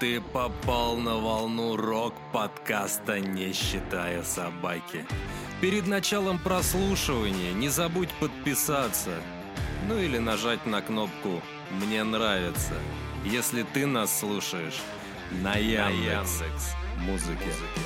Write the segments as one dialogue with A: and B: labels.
A: Ты попал на волну рок-подкаста «Не считая собаки». Перед началом прослушивания не забудь подписаться. Ну или нажать на кнопку «Мне нравится», если ты нас слушаешь на Яндекс.Музыке.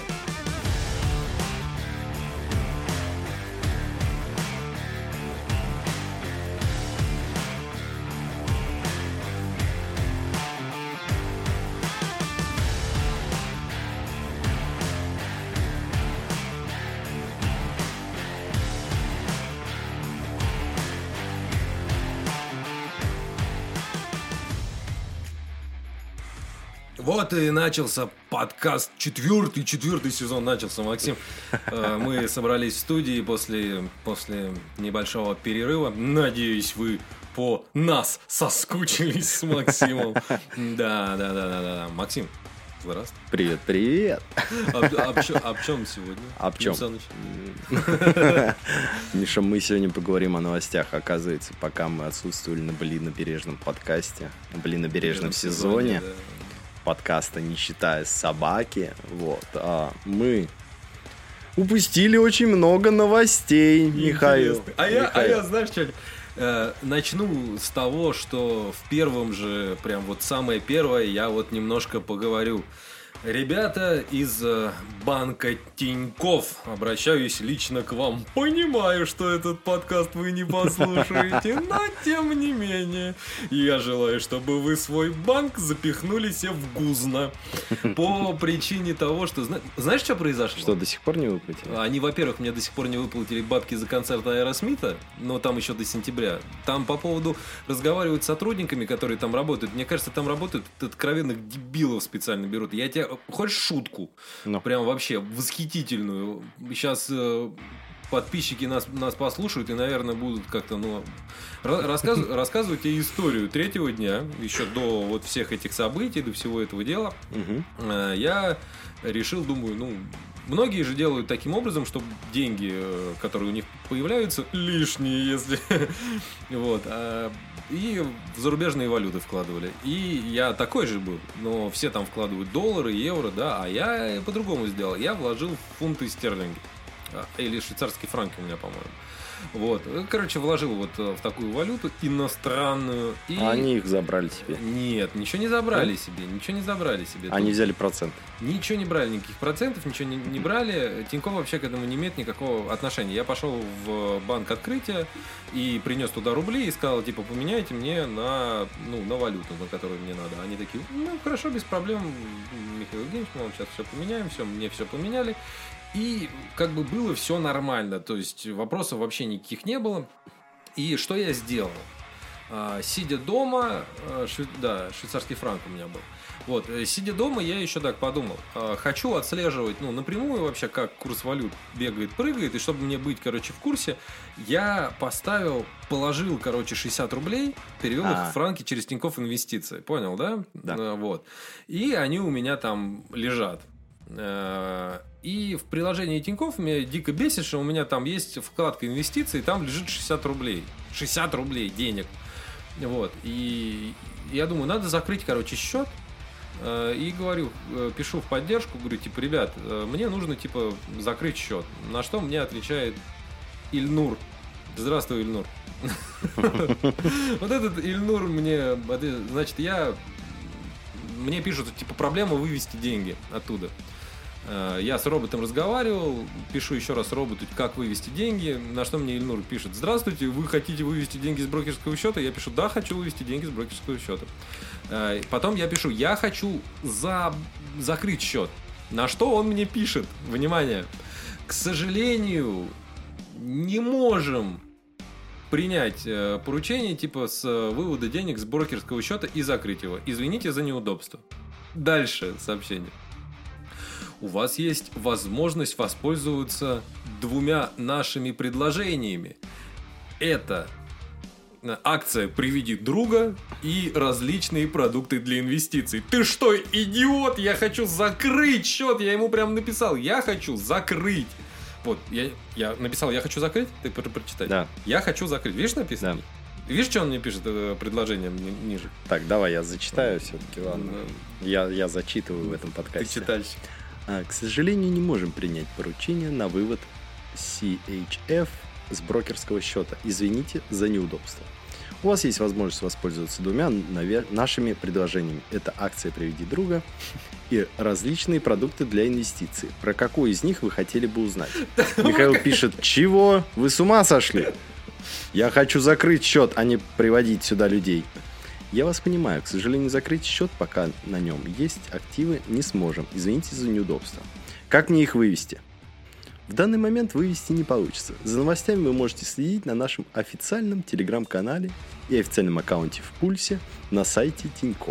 A: Вот и начался подкаст, четвертый сезон начался, Максим. Мы собрались в студии после небольшого перерыва. Надеюсь, вы по нас соскучились с Максимом. Да. Максим, здравствуй.
B: Привет.
A: Об чем сегодня?
B: Об чем? Миша, мы сегодня поговорим о новостях. Оказывается, пока мы отсутствовали на Блинобережном подкасте, на Блинобережном сезоне, подкаста «Не считая собаки», мы упустили очень много новостей, Михаил.
A: А я, знаешь, что, начну с того, что в первом же, прям вот самое первое, я вот немножко поговорю. Ребята из банка Тинькофф, обращаюсь лично к вам. Понимаю, что этот подкаст вы не послушаете, но тем не менее, я желаю, чтобы вы свой банк запихнули себе в гузно. По причине того, что... Знаешь, что произошло?
B: Что, до сих пор не выплатили?
A: Они, во-первых, мне до сих пор не выплатили бабки за концерт Аэросмита, но там еще до сентября. Там по поводу разговаривать с сотрудниками, которые там работают. Мне кажется, там работают откровенных дебилов специально берут. Я тебе... Хочешь шутку? Прям вообще восхитительную. Сейчас подписчики нас послушают и, наверное, будут как-то рассказывать тебе историю третьего дня, еще до вот всех этих событий, до всего этого дела. Я решил, думаю, многие же делают таким образом, чтобы деньги, которые у них появляются, лишние, если... Вот. И в зарубежные валюты вкладывали. И я такой же был. Но все там вкладывают доллары, евро, да. А я по-другому сделал. Я вложил в фунты стерлинги. Или швейцарские франки у меня, по-моему. Вот. Короче, вложил вот в такую валюту иностранную. И...
B: А они их забрали себе?
A: Нет, ничего не забрали себе.
B: Они взяли процент?
A: Ничего не брали, никаких процентов, ничего не брали. Тинькофф вообще к этому не имеет никакого отношения. Я пошел в банк открытия и принес туда рубли и сказал, типа, поменяйте мне на валюту, на которую мне надо. Они такие, хорошо, без проблем, Михаил Евгеньевич, мы вам сейчас все поменяем, мне все поменяли. И как бы было все нормально, то есть вопросов вообще никаких не было. И что я сделал? Сидя дома, швейцарский франк у меня был. Вот, сидя дома, я еще так подумал. Хочу отслеживать, напрямую вообще, как курс валют бегает, прыгает. И чтобы мне быть, в курсе, я положил, 60 рублей, перевел их в франки через Тинькофф Инвестиции. Понял, да?
B: Да.
A: Вот. И они у меня там лежат. И в приложении Тинькофф меня дико бесит, что у меня там есть вкладка инвестиций, и там лежит 60 рублей. 60 рублей денег. Вот. И я думаю, надо закрыть, счет. И говорю, пишу в поддержку, говорю, ребят, мне нужно, закрыть счет. На что мне отвечает Ильнур. Здравствуй, Ильнур. Вот этот Ильнур мне, значит, мне пишут, проблема вывести деньги оттуда. Я с роботом разговаривал, пишу еще раз роботу, как вывести деньги, на что мне Ильнур пишет: здравствуйте, вы хотите вывести деньги с брокерского счета? Я пишу: да, хочу вывести деньги с брокерского счета. Потом я пишу: я хочу закрыть счет. На что он мне пишет: внимание, к сожалению, не можем принять поручение с вывода денег с брокерского счета и закрыть его. Извините за неудобство. Дальше сообщение. У вас есть возможность воспользоваться двумя нашими предложениями. Это акция «Приведи друга» и различные продукты для инвестиций. Ты что, идиот? Я хочу закрыть счет. Я ему прям написал: я хочу закрыть. Вот, я написал: я хочу закрыть. Ты прочитай.
B: Да.
A: Я хочу закрыть. Видишь, написано?
B: Да.
A: Видишь, что он мне пишет предложение ниже?
B: Так, давай я зачитаю все-таки, ладно. Я зачитываю в этом подкасте.
A: Ты читальщик.
B: К сожалению, не можем принять поручение на вывод CHF с брокерского счета. Извините за неудобство. У вас есть возможность воспользоваться двумя нашими предложениями. Это акция «Приведи друга» и различные продукты для инвестиций. Про какой из них вы хотели бы узнать? Михаил пишет: чего? Вы с ума сошли? Я хочу закрыть счет, а не приводить сюда людей. Я вас понимаю. К сожалению, закрыть счет, пока на нем есть активы, не сможем. Извините за неудобство. Как мне их вывести? В данный момент вывести не получится. За новостями вы можете следить на нашем официальном телеграм-канале и официальном аккаунте в Пульсе на сайте Тинькофф.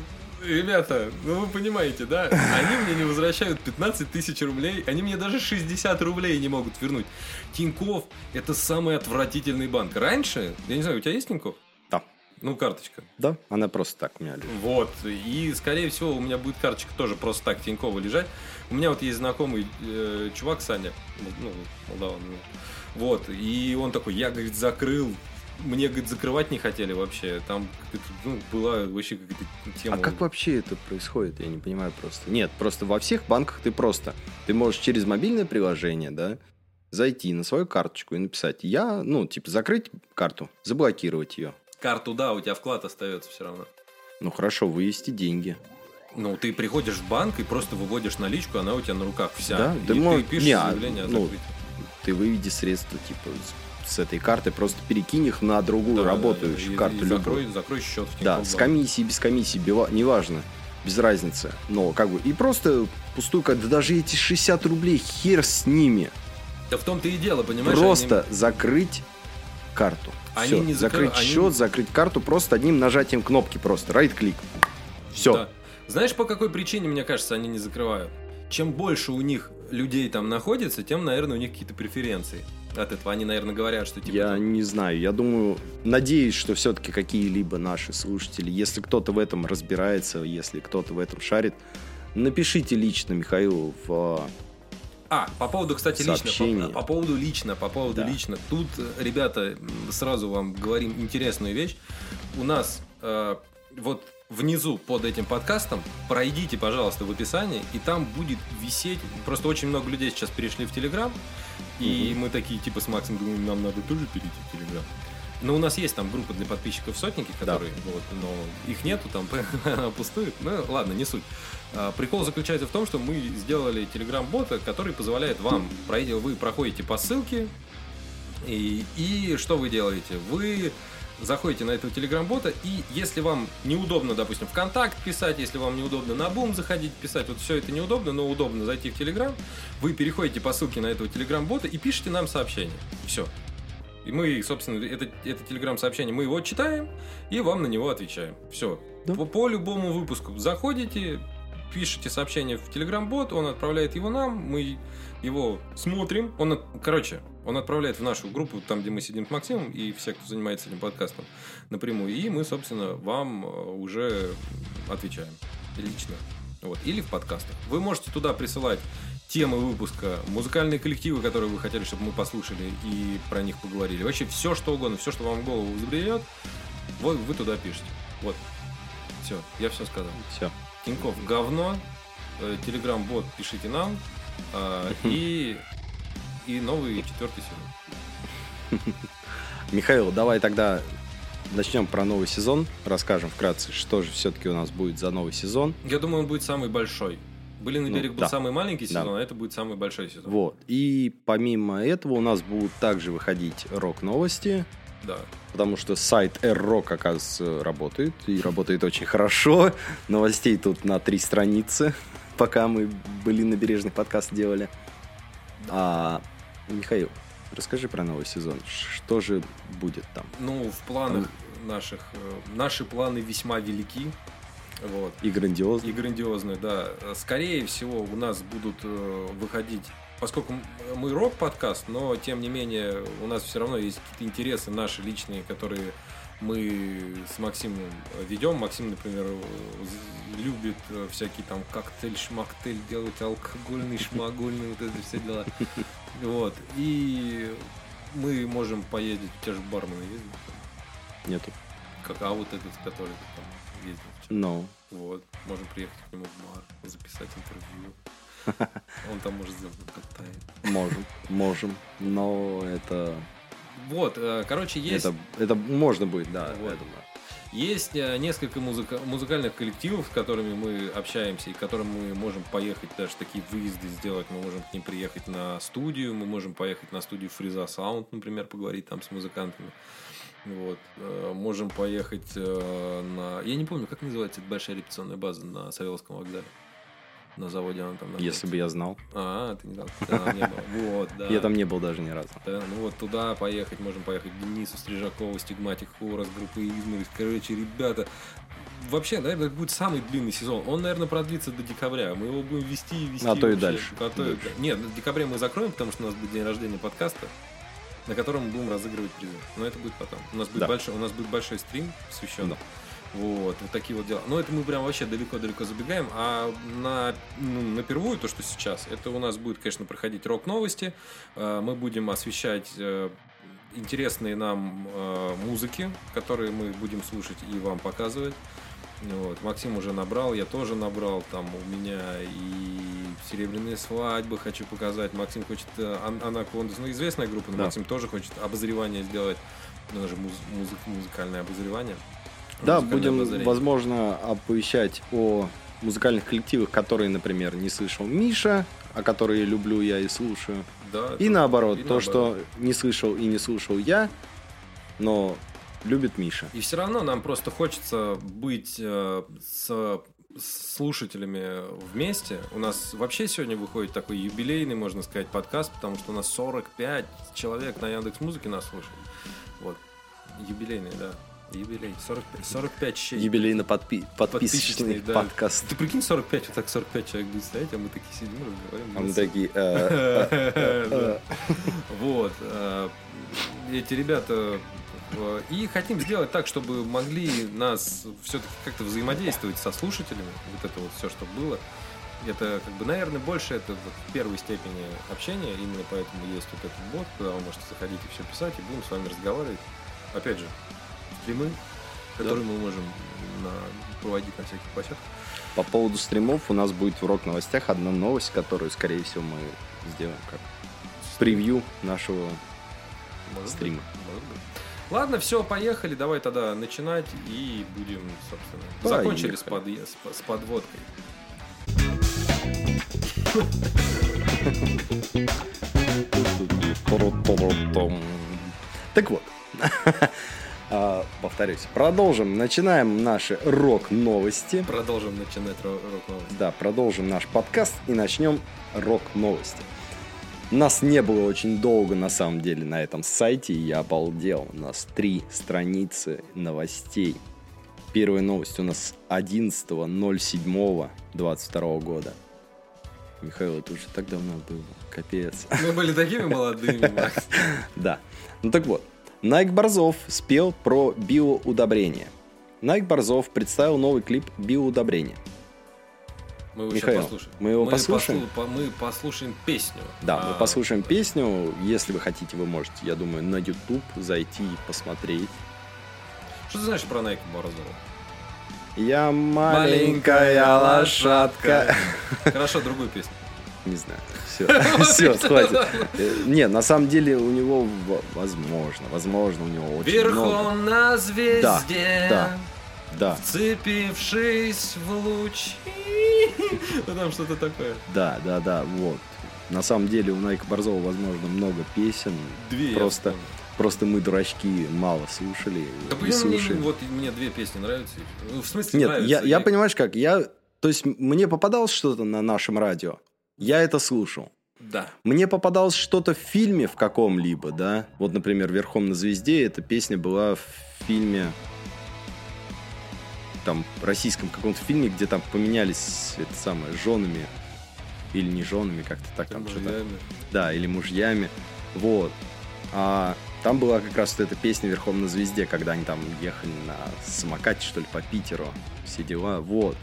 A: Ребята, ну вы понимаете, да? Они мне не возвращают 15 тысяч рублей, они мне даже 60 рублей не могут вернуть. Тинькофф – это самый отвратительный банк. Раньше, я не знаю, у тебя есть Тинькофф?
B: Да.
A: Ну, карточка.
B: Да, она просто так у меня лежит.
A: Вот, и скорее всего у меня будет карточка тоже просто так Тинькова лежать. У меня вот есть знакомый чувак, Саня, ну, молдаван, вот, и он такой: я, говорит, закрыл. Мне, говорит, закрывать не хотели вообще. Там была вообще какая-то тема.
B: А как вообще это происходит? Я не понимаю просто. Нет, просто во всех банках ты можешь через мобильное приложение, да, зайти на свою карточку и написать: закрыть карту, заблокировать ее.
A: Карту, да, у тебя вклад остается все равно.
B: Ну хорошо, вывести деньги.
A: Ну, ты приходишь в банк и просто выводишь наличку, она у тебя на руках вся.
B: Да,
A: и ты пишешь заявление о закрытии.
B: Ты выведи средства, типа, с этой карты, просто перекинь их на другую работающую карту.
A: И закрой счет в Тинькофф.
B: Да, с комиссией, без комиссии, неважно, без разницы. Но как бы, и просто пустую, когда даже эти 60 рублей, хер с ними.
A: Да в том-то и дело, понимаешь?
B: Просто закрыть карту. Все, закрыть счет, закрыть карту просто одним нажатием кнопки просто. Right-клик. Все.
A: Да. Знаешь, по какой причине, мне кажется, они не закрывают? Чем больше у них людей там находится, тем, наверное, у них какие-то преференции от этого. Они, наверное, говорят, что типа...
B: Я не знаю. Я думаю, надеюсь, что все-таки какие-либо наши слушатели, если кто-то в этом разбирается, если кто-то в этом шарит, напишите лично Михаилу в...
A: по поводу, кстати,
B: сообщение.
A: По поводу лично. Тут, ребята, сразу вам говорим интересную вещь. У нас вот внизу под этим подкастом пройдите, пожалуйста, в описании, и там будет висеть... Просто очень много людей сейчас перешли в Телеграм, и мы такие, типа, с Максом думаем, нам надо тоже перейти в Телеграм. Но у нас есть там группа для подписчиков «Сотники», которые, но их нету, там пустует. Ну, ладно, не суть. Прикол заключается в том, что мы сделали Telegram-бота, который позволяет вам, вы проходите по ссылке, и что вы делаете? Вы заходите на этого Telegram-бота, и если вам неудобно, допустим, ВКонтакт писать, если вам неудобно на Бум заходить писать, вот все это неудобно, но удобно зайти в Telegram, вы переходите по ссылке на этого Telegram-бота и пишите нам сообщение. Все. И мы, собственно, это Telegram-сообщение, мы его читаем и вам на него отвечаем. Все. Да. По любому выпуску заходите, пишите сообщение в Telegram-бот, он отправляет его нам, мы его смотрим. Он отправляет в нашу группу, там, где мы сидим с Максимом, и все, кто занимается этим подкастом, напрямую. И мы, собственно, вам уже отвечаем лично. Вот. Или в подкастах. Вы можете туда присылать темы выпуска, музыкальные коллективы, которые вы хотели, чтобы мы послушали и про них поговорили. Вообще все, что угодно, все, что вам в голову заберет, вот вы туда пишете. Вот. Все, я все сказал.
B: Все.
A: Тинькофф говно, Telegram-бот пишите нам, и новый 4-й сезон.
B: Михаил, давай тогда начнем про новый сезон. Расскажем вкратце, что же все-таки у нас будет за новый сезон.
A: Я думаю, он будет самый большой. «Былиный берег» был самый маленький сезон, а это будет самый большой сезон.
B: Вот. И помимо этого у нас будут также выходить рок-новости.
A: Да.
B: Потому что сайт R-Rock, оказывается, работает. И работает очень хорошо. Новостей тут на 3 страницы, пока мы «Былиный бережный» подкаст делали. Михаил, расскажи про новый сезон. Что же будет там?
A: Ну, в планах наших... Наши планы весьма велики. Вот.
B: И грандиозные.
A: И грандиозные, да. Скорее всего, у нас будут выходить... Поскольку мы рок-подкаст, но, тем не менее, у нас все равно есть какие-то интересы наши личные, которые мы с Максимом ведем. Максим, например, любит всякие там коктейль-шмактель делать, алкогольный, шмагольный, вот это все дела. Вот. И мы можем поездить, те же бармены ездят.
B: Нету.
A: А вот этот, который там ездил вчера.
B: No.
A: Вот. Можем приехать к нему в бар, записать интервью. Он там может сделать коктейль.
B: Можем. Но это...
A: Вот, короче, есть...
B: Это можно будет, да.
A: Вот.
B: Я думаю.
A: Есть несколько музыкальных коллективов, с которыми мы общаемся, и к которым мы можем поехать, даже такие выезды сделать. Мы можем к ним приехать на студию, мы можем поехать на студию Фриза Саунд, например, поговорить там с музыкантами. Вот. Можем поехать на... Я не помню, как называется эта большая репетиционная база на Савеловском вокзале. На заводе она там находится.
B: Если бы я знал.
A: Ты не знал, ты там не был. Вот, да.
B: Я там не был даже ни разу.
A: Да, ну вот туда поехать, можем поехать к Денису Стрижакову, Стигматик Хорос, группы Изморозь. Короче, ребята, вообще, наверное, это будет самый длинный сезон. Он, наверное, продлится до декабря. Мы его будем вести.
B: А то и дальше.
A: Нет, в декабре мы закроем, потому что у нас будет день рождения подкаста, на котором мы будем разыгрывать призы. Но это будет потом. У нас будет большой стрим посвященный. Да. Вот такие вот дела. Но это мы прям вообще далеко-далеко забегаем. А напервую, то, что сейчас, это у нас будет, конечно, проходить рок-новости. Мы будем освещать интересные нам музыки, которые мы будем слушать и вам показывать. Вот. Максим уже набрал, я тоже набрал. Там у меня и «Серебряные свадьбы» хочу показать. Максим хочет «Анакондас». Ну, известная группа, но да. Максим тоже хочет обозревание сделать. Ну, же музыкальное обозревание.
B: Да, будем, возможно, оповещать о музыкальных коллективах, которые, например, не слышал Миша, а которые люблю я и слушаю.
A: Да,
B: и наоборот, что не слышал и не слушал я, но любит Миша.
A: И все равно нам просто хочется быть с слушателями вместе. У нас вообще сегодня выходит такой юбилейный, можно сказать, подкаст, потому что у нас 45 человек на Яндекс.Музыке нас слушают. Вот. Юбилейный, да. Юбилей. 45 щей.
B: Подписочный
A: да.
B: подкаст.
A: Ты прикинь, 45, вот так 45 человек будет стоять, а мы такие сидим, разговариваем.
B: А мы такие...
A: Вот. Эти ребята... И хотим сделать так, чтобы могли нас все-таки как-то взаимодействовать со слушателями. Вот это вот все, что было. Это, как бы, наверное, больше это вот в первой степени общения. Именно поэтому есть вот этот бот, куда вы можете заходить и все писать, и будем с вами разговаривать. Опять же, стримы, которые мы можем проводить на всяких площадках.
B: По поводу стримов у нас будет в рок-новостях одна новость, которую, скорее всего, мы сделаем как превью нашего стрима.
A: Может быть. Ладно, все, поехали. Давай тогда начинать и будем, собственно, закончили с подводкой.
B: Так вот. Повторюсь, начинаем наши рок-новости.
A: Продолжим начинать рок-новости.
B: Да, продолжим наш подкаст и начнем рок-новости. Нас не было очень долго, на самом деле, на этом сайте, и я обалдел. У нас 3 страницы новостей. Первая новость у нас 11.07.22 года. Михаил, это уже так давно было. Капец.
A: Мы были такими молодыми, Макс.
B: Да. Ну так вот. Найк Борзов спел про биоудобрение. Найк Борзов представил новый клип «Биоудобрение».
A: Мы его
B: Михаил,
A: послушаем.
B: Мы его послушаем?
A: Мы послушаем песню.
B: Да, мы послушаем песню. Если вы хотите, вы можете, я думаю, на YouTube зайти и посмотреть.
A: Что ты знаешь про Найка Борзова?
B: Я маленькая лошадка.
A: Хорошо, другую песню.
B: Не знаю. Все, хватит. Не, на самом деле у него, возможно, у него очень
A: Верхом
B: много.
A: на звезде,
B: да.
A: Вцепившись в лучи. Там что-то такое.
B: Да, вот. На самом деле у Найка Борзова, возможно, много песен.
A: 2
B: Просто мы, дурачки, мало слушали.
A: Да, мне 2 песни нравятся. Ну, в смысле,
B: нет,
A: нравятся.
B: Я понимаешь как, то есть мне попадалось что-то на нашем радио, я это слушал.
A: Да.
B: Мне попадалось что-то в фильме в каком-либо, да. Вот, например, «Верхом на звезде» эта песня была в фильме, там, российском каком-то фильме, где там поменялись женами или не женами, как-то так там что-то. Да, или мужьями. Вот. А там была как раз вот эта песня «Верхом на звезде», когда они там ехали на самокате, что ли, по Питеру. Все дела. Вот.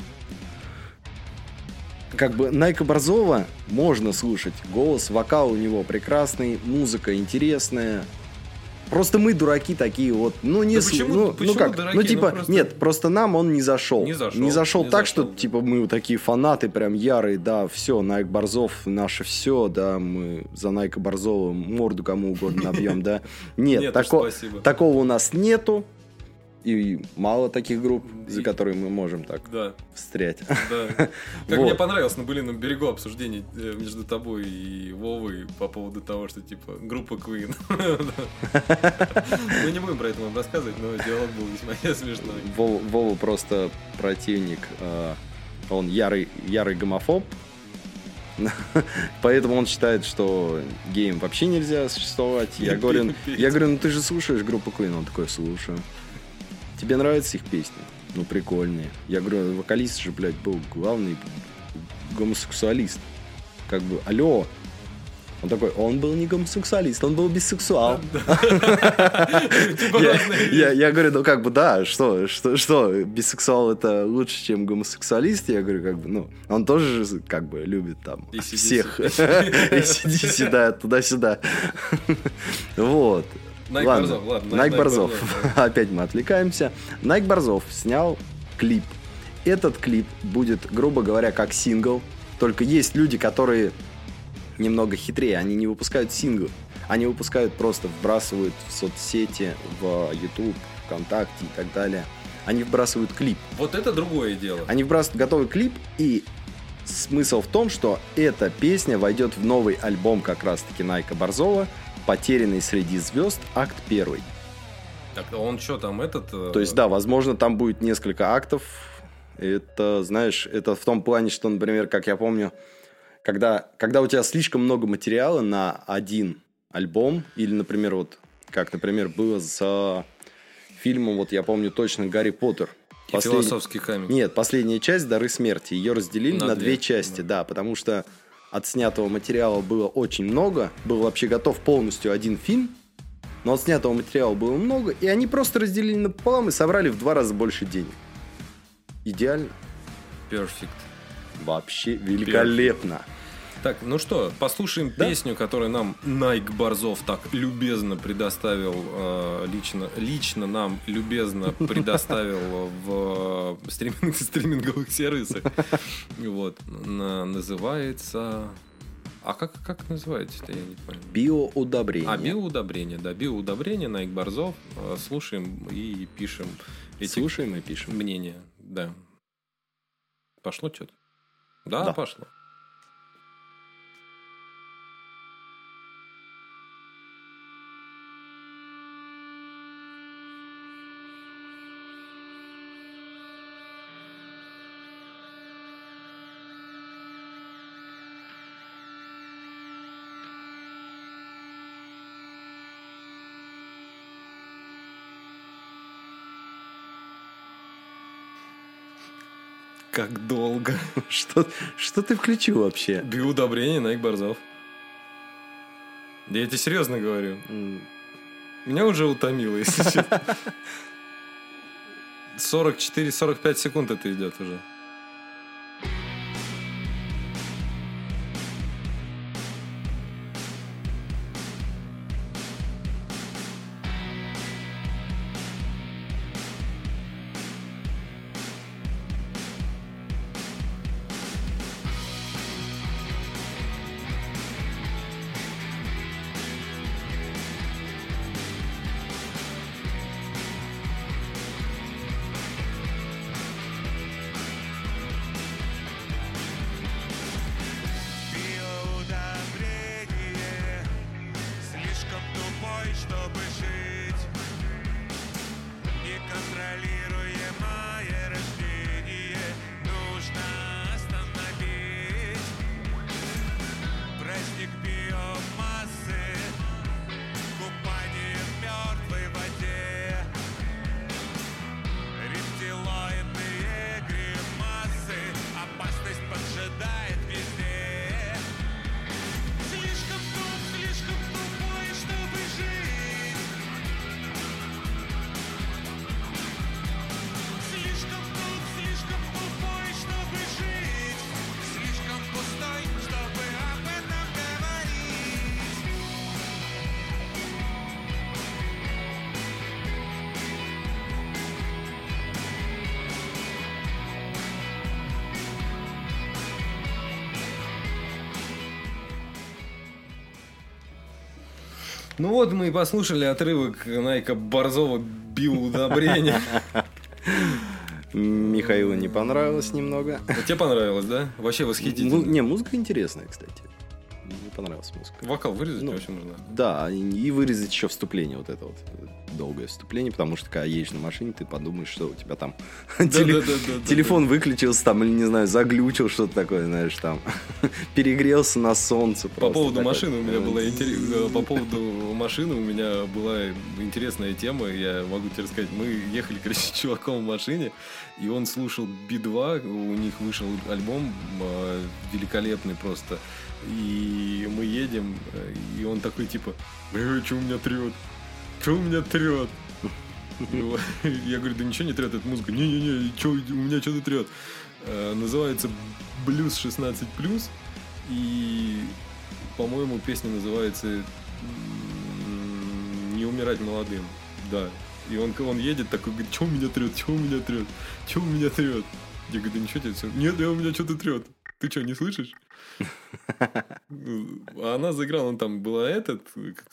B: Как бы Найка Борзова можно слушать. Голос, вокал у него прекрасный, музыка интересная. Просто мы дураки такие вот. Ну, не...
A: Да почему
B: как?
A: дураки?
B: Ну, типа,
A: просто...
B: нет, просто нам он не зашел.
A: Не
B: зашел так,
A: зашел.
B: что, типа, мы такие фанаты прям ярые, да, все, Найк Борзов наше все, да, мы за Найка Борзова морду кому угодно набьем, да. Нет, такого у нас нету. И мало таких групп, за которые мы можем так встрять.
A: Да. Как мне понравилось на былином берегу обсуждение между тобой и Вовой по поводу того, что типа группа Queen. Мы не будем про это вам рассказывать, но диалог был весьма смешной.
B: Вова просто противник, он ярый гомофоб. Поэтому он считает, что геям вообще нельзя существовать. Я говорю, ну ты же слушаешь группу Queen? Он такой, слушаю. Тебе нравятся их песни? Ну, прикольные. Я говорю, вокалист же, блядь, был главный гомосексуалист. Как бы, алло. Он такой, он был не гомосексуалист, он был бисексуал. Я говорю, ну, как бы, да, что, бисексуал это лучше, чем гомосексуалист? Я говорю, как бы, ну, он тоже, как бы, любит там всех. ACDC, да, туда-сюда. Вот. Найк Борзов. Опять мы отвлекаемся. Найк Борзов снял клип. Этот клип будет, грубо говоря, как сингл. Только есть люди, которые немного хитрее. Они не выпускают сингл. Они выпускают просто, вбрасывают в соцсети, в YouTube, ВКонтакте и так далее. Они вбрасывают клип.
A: Вот это другое дело.
B: Они вбрасывают готовый клип, и смысл в том, что эта песня войдет в новый альбом как раз-таки Найка Борзова «Потерянный среди звезд», акт 1.
A: Так, а он что там, этот...
B: То есть, да, возможно, там будет несколько актов. Это, знаешь, это в том плане, что, например, как я помню, когда у тебя слишком много материала на один альбом, или, например, вот, как, например, было с фильмом, вот я помню точно, «Гарри Поттер».
A: Философский камень.
B: Нет, последняя часть «Дары смерти». Ее разделили на две части, да, потому что отснятого материала было очень много. Был вообще готов полностью один фильм, но отснятого материала было много, и они просто разделили напополам и собрали в 2 раза больше денег. Идеально.
A: Perfect.
B: Вообще великолепно.
A: Perfect. Так, ну что, послушаем песню, которую нам Найк Борзов так любезно предоставил, лично нам любезно предоставил в стриминговых сервисах. Вот. Называется... А как называется-то, я не понял.
B: Биоудобрение.
A: Биоудобрение, да. Биоудобрение, Найк Борзов. Слушаем и пишем.
B: Слушаем и пишем.
A: Мнение, да. Пошло что-то? Да, пошло. Как долго.
B: Что ты включил вообще?
A: Биоудобрение, Найк Борзов. Я тебе серьезно говорю. Меня уже утомило, если честно. 44-45 секунд это идет уже. Ну вот мы и послушали отрывок Найка Борзова «Биоудобрение».
B: Михаилу не понравилось немного.
A: А тебе понравилось, да? Вообще восхитительно.
B: Не, музыка интересная, кстати. Мне понравилась музыка.
A: Вокал вырезать вообще можно?
B: Да, и вырезать еще вступление, вот это вот долгое вступление, потому что когда едешь на машине, ты подумаешь, что у тебя там телефон выключился, там, или, не знаю, заглючил, что-то такое, знаешь, там, перегрелся на солнце.
A: По поводу машины у меня была интересная тема, я могу тебе рассказать. Мы ехали, короче, с чуваком в машине, и он слушал Би-2, у них вышел альбом великолепный просто. И мы едем, и он такой, типа, что у меня трет? Что у меня трет? Я говорю, да ничего не трет, это музыка. Не-не-не, у меня что-то трет. Называется «Блюз 16+». И, по-моему, песня называется «Не умирать молодым». Да. И он едет такой, говорит, что у меня трет, что у меня трет, что у меня трет. Я говорю, да ничего тебе все. Нет, у меня что-то трет. Ты что, не слышишь? А она заиграла, он там была этот,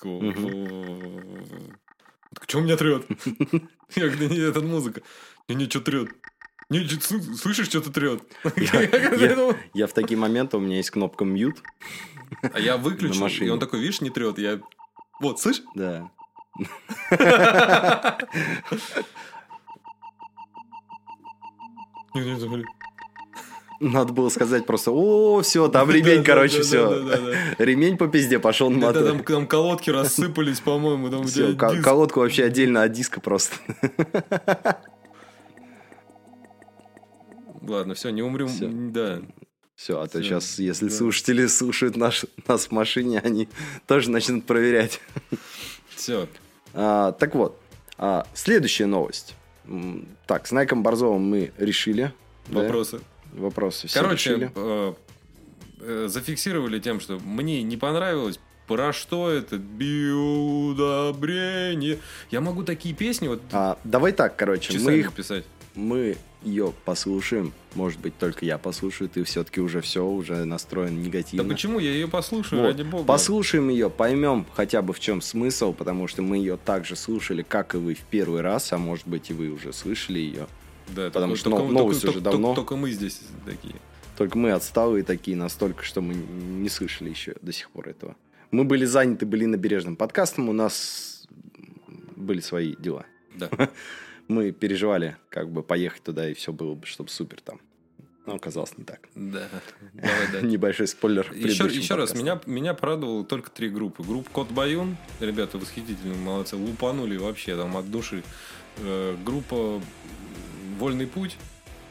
A: что у меня трет? Я говорю, нет, это музыка. Не, что трет? Не, слышишь, что-то трет?
B: Я в такие моменты, у меня есть кнопка mute.
A: А я выключил, и он такой, видишь, не трет. Я, вот, слышь?
B: Да.
A: Не, забыли.
B: Надо было сказать просто, все, там ремень, короче, все. Ремень по пизде пошел на мотор.
A: Там колодки рассыпались, по-моему.
B: Все, колодку вообще отдельно от диска просто.
A: Ладно, все, не умрем.
B: Всё.
A: Да.
B: Все, а то сейчас, если слушатели слушают нас в машине, они тоже начнут проверять.
A: Все.
B: Так вот, следующая новость. Так, с Найком Борзовым мы решили.
A: Вопросы.
B: Вопросы все
A: Короче,
B: решили.
A: зафиксировали тем, что мне не понравилось. Про что это? Биоудобрение. Я могу такие песни вот
B: давай так, короче,
A: писать.
B: Мы ее послушаем. Может быть, только я послушаю. Ты все-таки уже настроен негативно.
A: Да почему? Я ее послушаю, ради бога.
B: Послушаем ее, поймем хотя бы в чем смысл, потому что мы ее так же слушали, как и вы в первый раз, а может быть и вы уже слышали ее.
A: Да,
B: потому что новость уже давно.
A: Только мы здесь такие.
B: Только мы отсталые такие настолько, что мы не слышали еще до сих пор этого. Мы были заняты на Бережном подкастом, у нас были свои дела.
A: Да.
B: Мы переживали, как бы поехать туда, и все было бы, чтобы супер там. Но оказалось не так.
A: Да. Давай дальше.
B: Небольшой спойлер.
A: Еще раз, меня порадовало только 3 группы. Группа Кот Баюн. Ребята восхитительные, молодцы. Лупанули вообще там от души. Группа Вольный путь.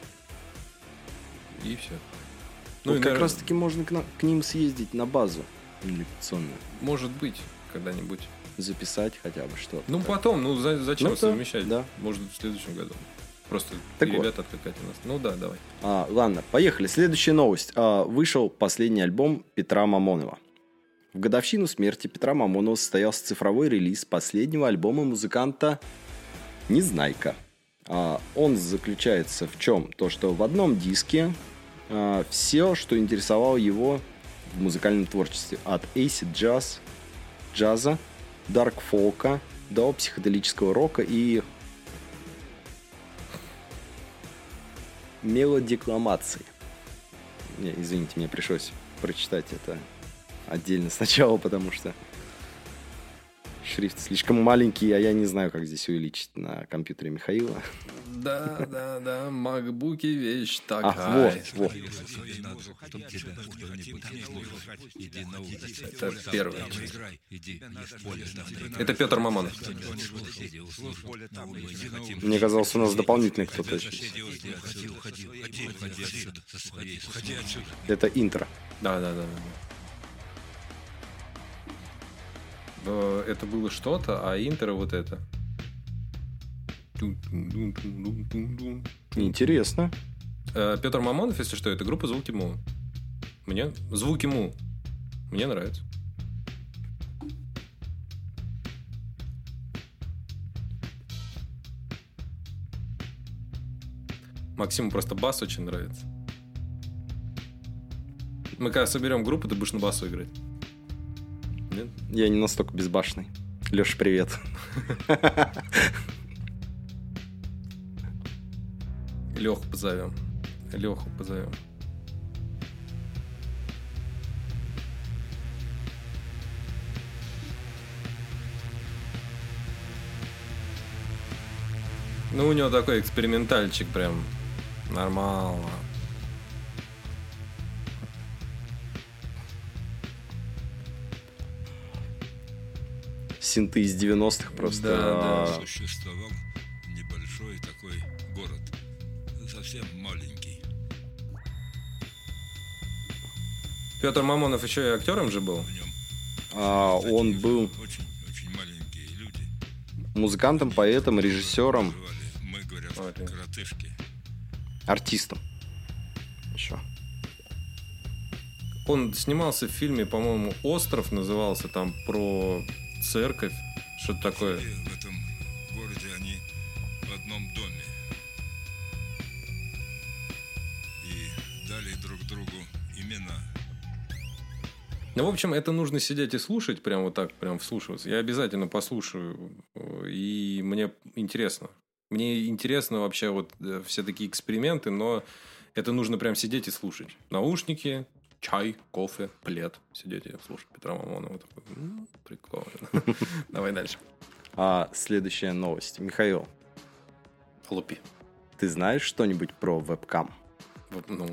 A: И все.
B: Ну, как раз таки можно к ним съездить на базу инвестиционную.
A: Может быть, когда-нибудь.
B: Записать хотя бы что-то.
A: Ну, потом, зачем совмещать?
B: Да.
A: Может, в следующем году. Просто
B: так
A: ребята отвлекать у нас. Ну да, давай.
B: Ладно, поехали. Следующая новость. Вышел последний альбом Петра Мамонова. В годовщину смерти Петра Мамонова состоялся цифровой релиз последнего альбома музыканта Незнайка. Он заключается в чем? То, что в одном диске все, что интересовало его в музыкальном творчестве. От acid джаза, дарк-фолка до психоделического рока и мелодикламации. Извините, мне пришлось прочитать это отдельно сначала, потому что шрифт слишком маленький, а я не знаю, как здесь увеличить на компьютере Михаила.
A: Да, макбуки вещь такая.
B: Вот.
A: Это первый. Это Петр Мамонов.
B: Мне казалось, у нас дополнительный кто-то есть. Это интро.
A: Да. Это было что-то, а интро вот это.
B: Интересно.
A: Петр Мамонов, если что, это группа «Звуки Му». «Звуки Му». Мне нравится. Максиму просто бас очень нравится. Мы когда соберем группу, ты будешь на басу играть. Нет?
B: Я не настолько безбашенный. Леша, привет.
A: Леху позовем. Ну, у него такой экспериментальчик прям нормально.
B: Синты из 90-х просто.
A: Да.
C: Существовал небольшой такой город, совсем маленький.
A: Петр Мамонов еще и актером же был.
C: В нем
B: Он
C: такие
B: был
C: же очень маленькие люди.
B: музыкантом, поэтом, режиссером,
C: Мы, говорят, коротышки.
B: артистом. Еще.
A: Он снимался в фильме, по-моему, «Остров» назывался, там про церковь, что-то такое.
C: Жили в этом городе они в одном доме. И дали друг другу имена.
A: Ну, в общем, это нужно сидеть и слушать, прям вот так, прям вслушиваться. Я обязательно послушаю, и мне интересно. Мне интересно вообще вот все такие эксперименты, но это нужно прям сидеть и слушать. Наушники, чай, кофе, плед. Сидеть и слушать Петра Мамонова. Такой, прикольно. Давай дальше.
B: Следующая новость. Михаил,
A: Лупи.
B: ты знаешь что-нибудь про вебкам?
A: Ну,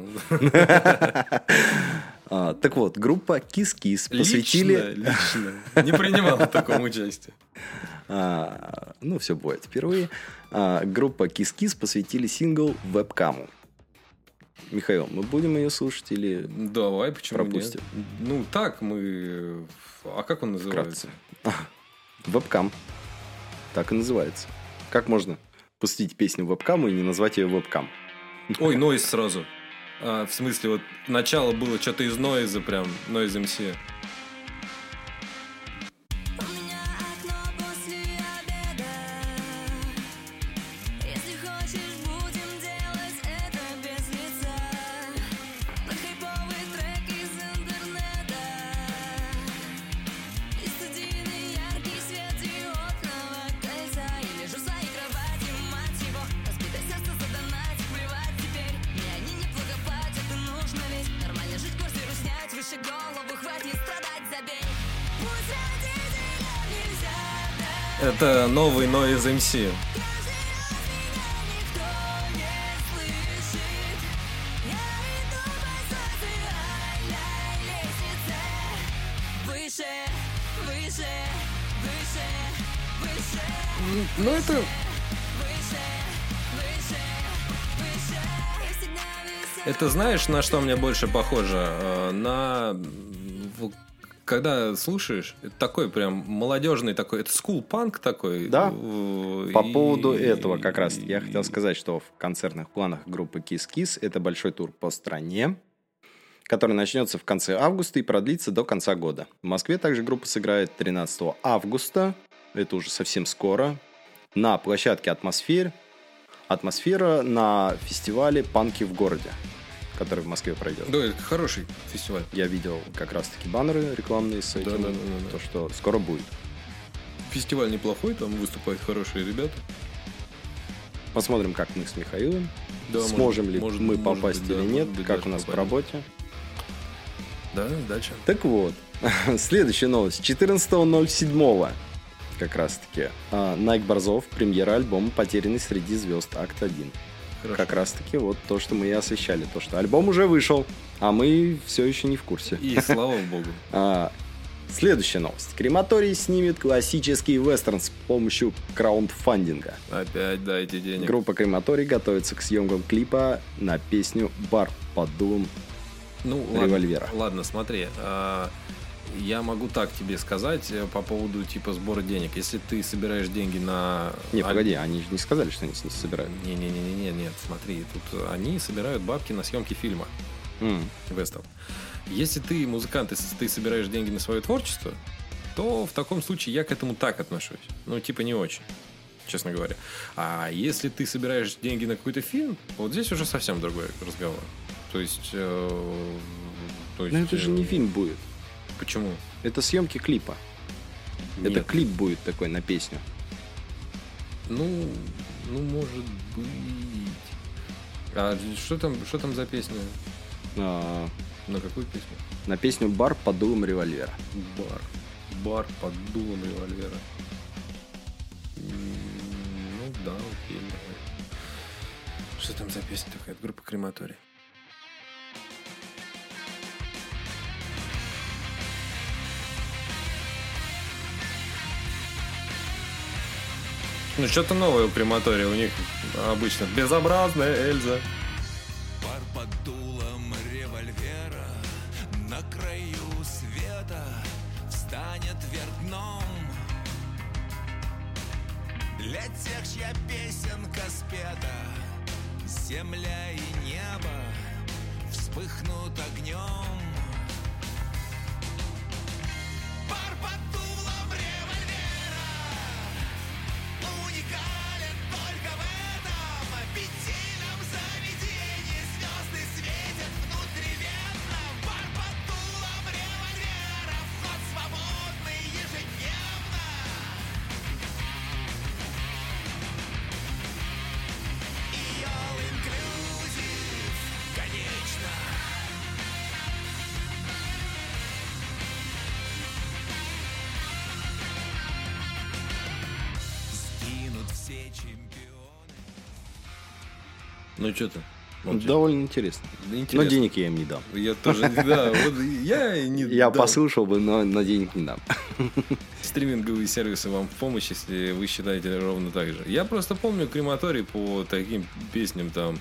B: Так вот, группа Kiss Kiss посвятили...
A: Лично. Не принимал в таком участии.
B: Ну, все будет впервые. Группа Kiss Kiss посвятили сингл вебкаму. Михаил, мы будем ее слушать или
A: Давай, почему
B: пропустим?
A: нет? Ну, так мы... А как он называется?
B: Вебкам. Так и называется. Как можно пустить песню вебкаму и не назвать ее вебкам?
A: Ой, Нойз сразу. В смысле, вот начало было что-то из Нойза, прям, Нойз МС. Это новый Noise MC. Ну это... Это знаешь, на что мне больше похоже? На... Когда слушаешь, это такой прям молодежный такой, это скул-панк такой.
B: Да, по поводу этого как раз я хотел сказать, что в концертных планах группы Kiss Kiss это большой тур по стране, который начнется в конце августа и продлится до конца года. В Москве также группа сыграет 13 августа, это уже совсем скоро, на площадке «Атмосфера» на фестивале «Панки в городе», который в Москве пройдет.
A: Да, это хороший фестиваль.
B: Я видел как раз-таки баннеры рекламные с этим,
A: Да.
B: то, что скоро будет.
A: Фестиваль неплохой, там выступают хорошие ребята.
B: Посмотрим, как мы с Михаилом.
A: Да,
B: сможем ли
A: может
B: мы
A: быть,
B: попасть
A: да,
B: или нет,
A: может быть,
B: как
A: даже
B: у нас по
A: попадем.
B: работе.
A: Да, дальше.
B: Так вот, следующая новость. 14.07 как раз-таки Найк Борзов, премьера альбома «Потерянный среди звезд», акт 1.
A: Хорошо.
B: Как раз-таки вот то, что мы и освещали. То, что альбом уже вышел, а мы все еще не в курсе.
A: И слава богу.
B: Следующая новость. Крематорий снимет классический вестерн с помощью краундфандинга.
A: Опять дайте денег.
B: Группа Крематорий готовится к съемкам клипа на песню «Бар под дулом
A: Ну,
B: револьвера».
A: Ладно, смотри. Я могу так тебе сказать по поводу типа сбора денег. Если ты собираешь деньги на...
B: Не, погоди, они же не сказали, что они с них собирают.
A: Нет, смотри, тут они собирают бабки на съемки фильма. Вестерн. Если ты музыкант, если ты собираешь деньги на свое творчество, то в таком случае я к этому так отношусь. Ну, типа не очень, честно говоря. А если ты собираешь деньги на какой-то фильм, вот здесь уже совсем другой разговор. То есть...
B: Но это же не фильм будет.
A: Почему?
B: Это съемки клипа.
A: Нет.
B: Это клип будет такой на песню.
A: Ну, может быть. А что там за песня?
B: А,
A: На какую песню?
B: на песню «Бар под дулом револьвера».
A: Бар под дулом револьвера. Ну да, окей, давай. Что там за песня такая? Группа Крематорий. Ну, что-то новое у Крематория. У них обычно безобразная Эльза.
D: Бар под дулом револьвера на краю света встанет вверх дном. Для тех, чья песенка спета, земля и небо вспыхнут огнем. Бар под дулом револьвера уникален только в этом пятильном заведении. Звезды светят внутривенно. Бар под дулом револьвера, вход свободный ежедневно. И all inclusive, конечно. Сгинут все чемпионы.
A: Ну, что ты? молчишь?
B: Довольно интересно.
A: Да
B: Но
A: интересно.
B: денег я им не дам.
A: Я тоже, да, вот я и не
B: Я
A: дам.
B: послушал бы, но денег не дам.
A: Стриминговые сервисы вам в помощь, если вы считаете ровно так же. Я просто помню Крематорий по таким песням там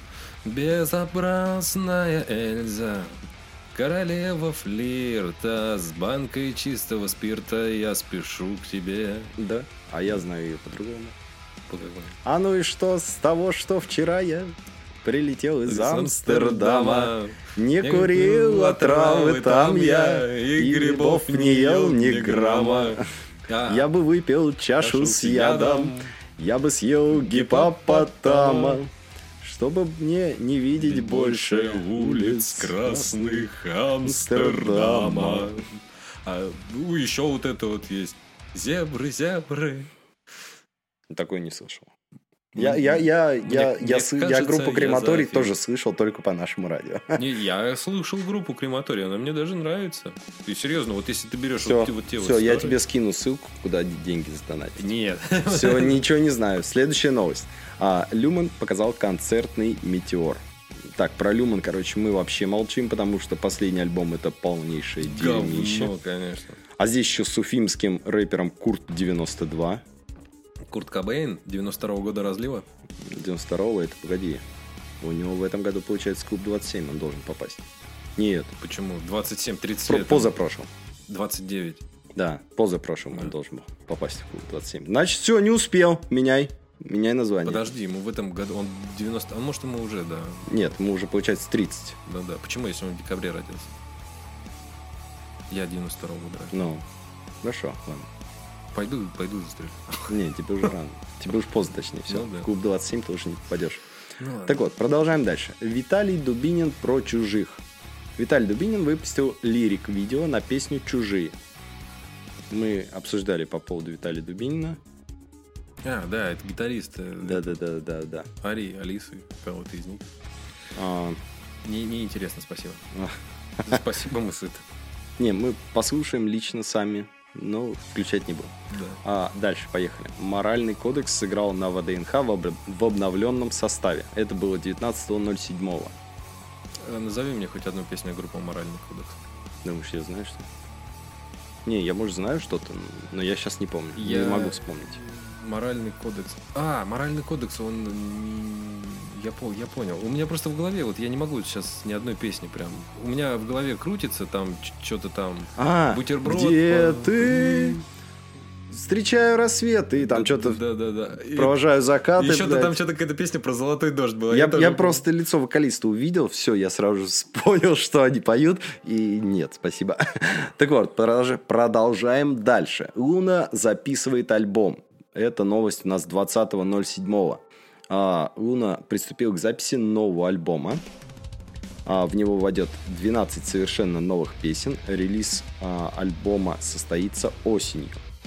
A: «Безобразная Эльза, королева флирта, с банкой чистого спирта я спешу к тебе».
B: Да, а я знаю ее по-другому.
A: По какому?
B: А ну и что с того, что вчера я прилетел из Амстердама? Не курил отравы там я, и грибов не ел ни грамма. Я бы выпил чашу с ядом, я бы съел гипопотама, чтобы мне не видеть больше улиц
A: красных
B: Амстердама.
A: Ну, еще вот это вот есть. Зебры, зебры.
B: Такой не слышал.
A: Мне
B: Я
A: кажется,
B: группу
A: я
B: Крематорий
A: за
B: тоже слышал только по нашему радио.
A: Не, я слушал группу Крематорий, она мне даже нравится. И серьезно, вот если ты берешь
B: Все,
A: вот те вот
B: все, я
A: старые-
B: тебе скину ссылку, куда деньги задонатить.
A: Нет.
B: Все, ничего не знаю. Следующая новость. Люман показал концертный «Метеор». Так, про Люман, короче, мы вообще молчим, потому что последний альбом — это полнейшее дерьмище.
A: Говно, конечно.
B: А здесь еще с уфимским рэпером Курт 92.
A: Курт Кобейн, 92-го года разлива.
B: 92-го, это погоди. У него в этом году, получается, клуб 27 он должен попасть. Нет,
A: Почему? 27-30 лет.
B: позапрошлом.
A: 29.
B: Да, позапрошлом он должен был попасть в клуб 27. Значит, все, не успел. Меняй название.
A: Подожди, ему в этом году, он 90... А может, ему уже, да.
B: Нет, ему уже, получается, 30.
A: Да. Почему, если он в декабре родился? Я 92-го года родился.
B: Ну, хорошо, ладно.
A: Пойду застрелю.
B: Не, тебе уже рано. Тебе уж поздно, точнее, все.
A: Ну да.
B: В клуб 27 ты уже не попадешь.
A: Ну, ладно.
B: Так вот, продолжаем дальше. Виталий Дубинин про «Чужих». Виталий Дубинин выпустил лирик-видео на песню «Чужие». Мы обсуждали по поводу Виталия Дубинина.
A: Да, это гитарист.
B: Да.
A: Алисы, кого-то из них.
B: А,
A: Не интересно, спасибо. Спасибо, мы сыты.
B: Не, мы послушаем лично сами, но включать не буду.
A: Да.
B: Дальше, поехали. Моральный кодекс сыграл на ВДНХ в обновленном составе. Это было 19.07.
A: Назови мне хоть одну песню группы «Моральный кодекс».
B: Думаешь, я знаю что? Не, я, может, знаю что-то, но я сейчас не помню. Не могу вспомнить.
A: Моральный кодекс. Моральный кодекс, он... Я понял. У меня просто в голове, вот я не могу сейчас ни одной песни прям. У меня в голове крутится там что-то там. Бутерброд.
B: Где ты? Встречаю рассвет, и там что-то
A: Да.
B: провожаю закаты.
A: Еще-то
B: блядь.
A: там что-то какая-то песня про золотой дождь была.
B: Я
A: тоже
B: просто лицо вокалиста увидел, все, я сразу же понял, что они поют, и нет, спасибо. Так вот, продолжаем дальше. Луна записывает альбом. Это новость у нас 20.07. Луна приступил к записи нового альбома. В него войдет 12 совершенно новых песен. Релиз альбома состоится осенью.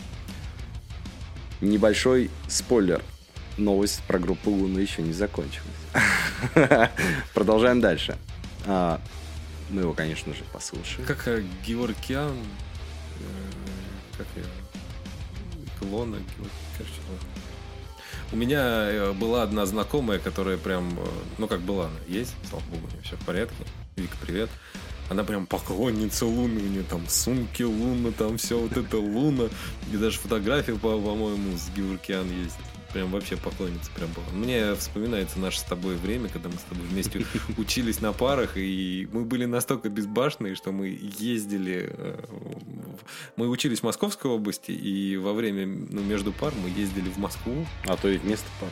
B: Небольшой спойлер. Новость про группу Луна еще не закончилась. Продолжаем дальше. Мы его, конечно же, послушаем.
A: Как Геворкян, как я, Лона, короче, ладно. У меня была одна знакомая, которая прям, ну как была, она есть, слава богу, у нее все в порядке. Вика, привет. Она прям поклонница Луны, у нее там сумки Луна, там все вот это Луна. И даже фотография, по-моему, с Геворкян есть. Прям вообще поклонница прям была. Мне вспоминается наше с тобой время, когда мы с тобой вместе учились на парах, и мы были настолько безбашенные, что мы ездили... Мы учились в Московской области, и во время, между пар мы ездили в Москву.
B: А то и вместо пар.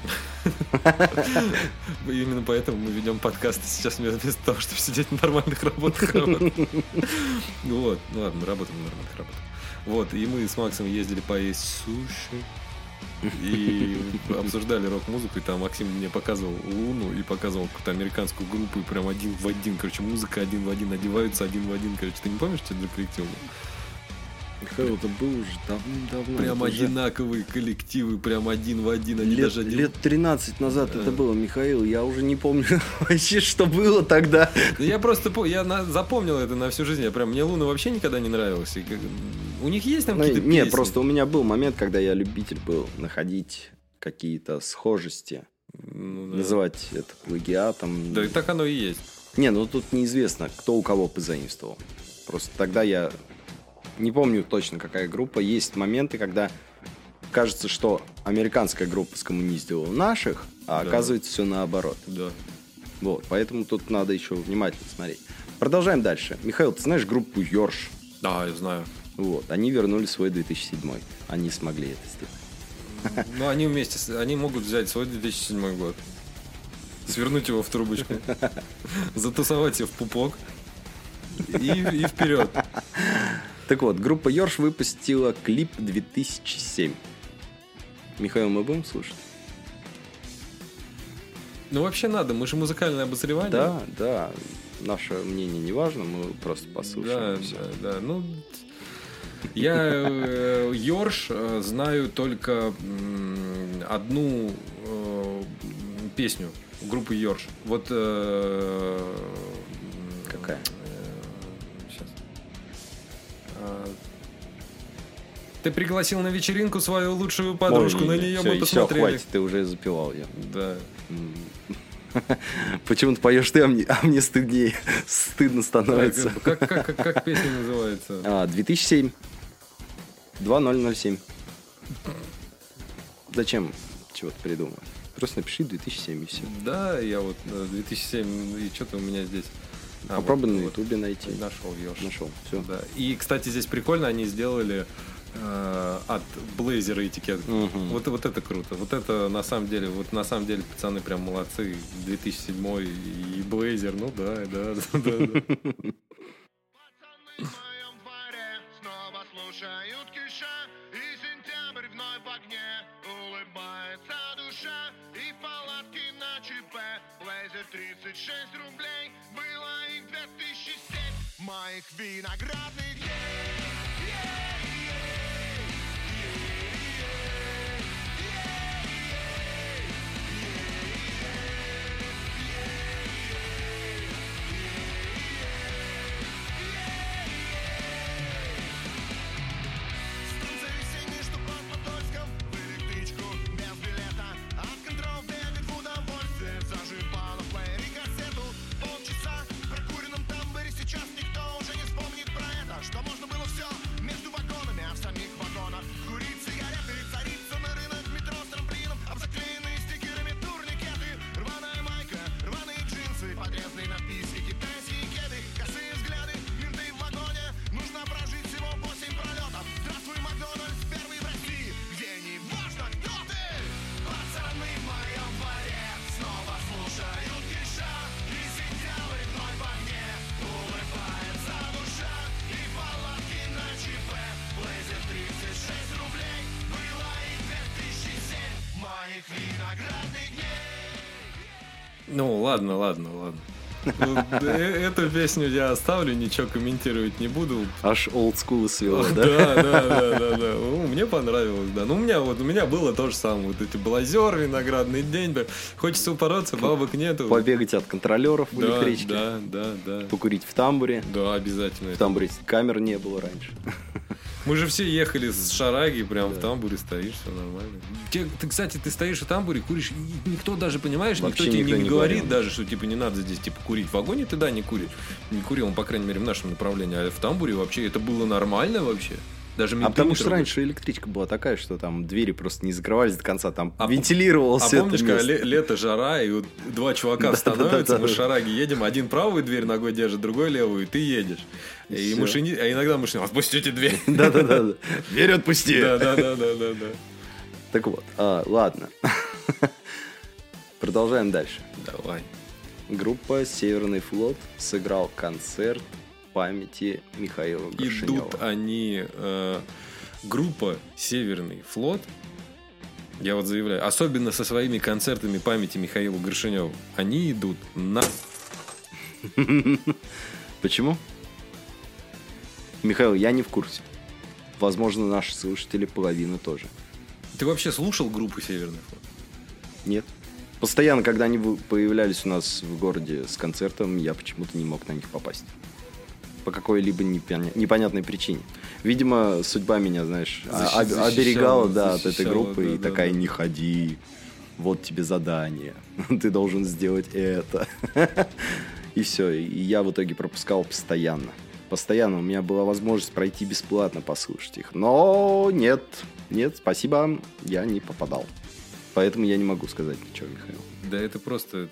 A: Именно поэтому мы ведем подкасты сейчас вместо того, чтобы сидеть на нормальных работах. Вот, ну ладно, мы работаем на нормальных работах. Вот, и мы с Максом ездили поесть суши. И обсуждали рок-музыку, и там Максим мне показывал Луну и показывал какую-то американскую группу, и прям один в один, короче, музыка один в один, одеваются один в один, короче, ты не помнишь, что это за коллектив был?
B: Михаил, это было уже давным-давно.
A: Прям одинаковые коллективы, прям один в один, они даже один...
B: Лет 13 назад это было, Михаил, я уже не помню вообще, что было тогда.
A: Я просто запомнил это на всю жизнь, мне Луна вообще никогда не нравилась. У них есть там какие-то песни?
B: Нет, просто у меня был момент, когда я любитель был находить какие-то схожести, называть это плагиатом.
A: Да, и так оно и есть.
B: Не, ну тут неизвестно, кто у кого позаимствовал. Просто тогда я не помню точно, какая группа. Есть моменты, когда кажется, что американская группа скоммуниздила наших, а
A: да.
B: Оказывается все наоборот.
A: Да.
B: Вот, поэтому тут надо еще внимательно смотреть. Продолжаем дальше. Михаил, ты знаешь группу Йорш?
A: Да, я знаю.
B: Вот, они вернули свой 2007. Они смогли это сделать.
A: Ну, они вместе, они могут взять свой 2007 год, свернуть его в трубочку, затусовать его в пупок и вперед.
B: Так вот, группа Йорш выпустила клип 2007. Михаил, мы будем слушать?
A: Ну, вообще надо, мы же музыкальное обозревание.
B: Да. Наше мнение не важно, мы просто послушаем.
A: Да. Ну, я Йорш знаю только одну песню группы Йорш. Вот
B: какая?
A: Сейчас. Ты пригласил на вечеринку свою лучшую подружку, на нее мы посмотрели.
B: Все, хватит, ты уже запевал ее.
A: Да.
B: Почему-то поешь ты, а мне стыдно становится.
A: Как песня называется?
B: 2007. 2007. Зачем чего-то придумывать? Просто напиши 2007 и все.
A: Да, я вот 2007, и что-то у меня здесь...
B: Попробуй на ютубе найти.
A: Нашел,
B: все.
A: Да. И, кстати, здесь прикольно, они сделали от Блейзера этикетку. Вот это круто. Вот это на самом деле, пацаны прям молодцы. 2007 и Блейзер, ну да.
E: Слушают киша, и сентябрь вновь в огне. Улыбается душа, и палатки на ЧП. Блейзер 36 рублей, было их 2007. Моих виноградных
A: Ну, ладно. Эту песню я оставлю, ничего комментировать не буду.
B: Аж олдскул свело, да?
A: Да. Ну, мне понравилось, да. Ну, у меня было то же самое. Вот эти блазер, виноградный день. Хочется упороться, бабок нету.
B: Побегать от контролеров в электричке.
A: Да.
B: Покурить в тамбуре.
A: Да, обязательно.
B: В тамбуре камер не было раньше.
A: Мы же все ехали с Шараги, прям в тамбуре стоишь, все нормально. Ты, кстати, ты стоишь в тамбуре, куришь, и никто даже, понимаешь,
B: Вообще
A: никто тебе
B: никто
A: не
B: не
A: говорит
B: говорил.
A: даже, что типа не надо здесь типа курить. В вагоне ты, да, не куришь. Не курил, по крайней мере, в нашем направлении. А в тамбуре вообще это было нормально вообще. Даже
B: А потому что
A: миллиметр-
B: раньше электричка была такая, что там двери просто не закрывались до конца, там вентилировалось
A: А
B: это
A: помнишь, когда
B: место.
A: лето, жара, и вот два чувака становятся, мы с Шараги едем, один правую дверь ногой держит, другой левую, и ты едешь. И
B: всё.
A: а иногда машинист, отпустите дверь.
B: Да. Дверь отпусти.
A: Да.
B: Так вот, ладно. Продолжаем дальше.
A: Давай.
B: Группа «Северный флот» сыграл концерт памяти Михаила Горшенева.
A: Идут они, группа «Северный флот», я вот заявляю, особенно со своими концертами памяти Михаилу Горшеневу, они идут на...
B: Почему? Михаил, я не в курсе. Возможно, наши слушатели половина тоже.
A: Ты вообще слушал группу «Северный флот»?
B: Нет. Постоянно, когда они появлялись у нас в городе с концертом, я почему-то не мог на них попасть. По какой-либо непонятной причине. Видимо, судьба меня, знаешь, оберегала, да, от этой группы. И такая, не ходи, вот тебе задание. Ты должен сделать это. И все. И я в итоге пропускал постоянно. Постоянно у меня была возможность пройти бесплатно, послушать их. Но нет, спасибо, я не попадал. Поэтому я не могу сказать ничего, Михаил.
A: Да это просто...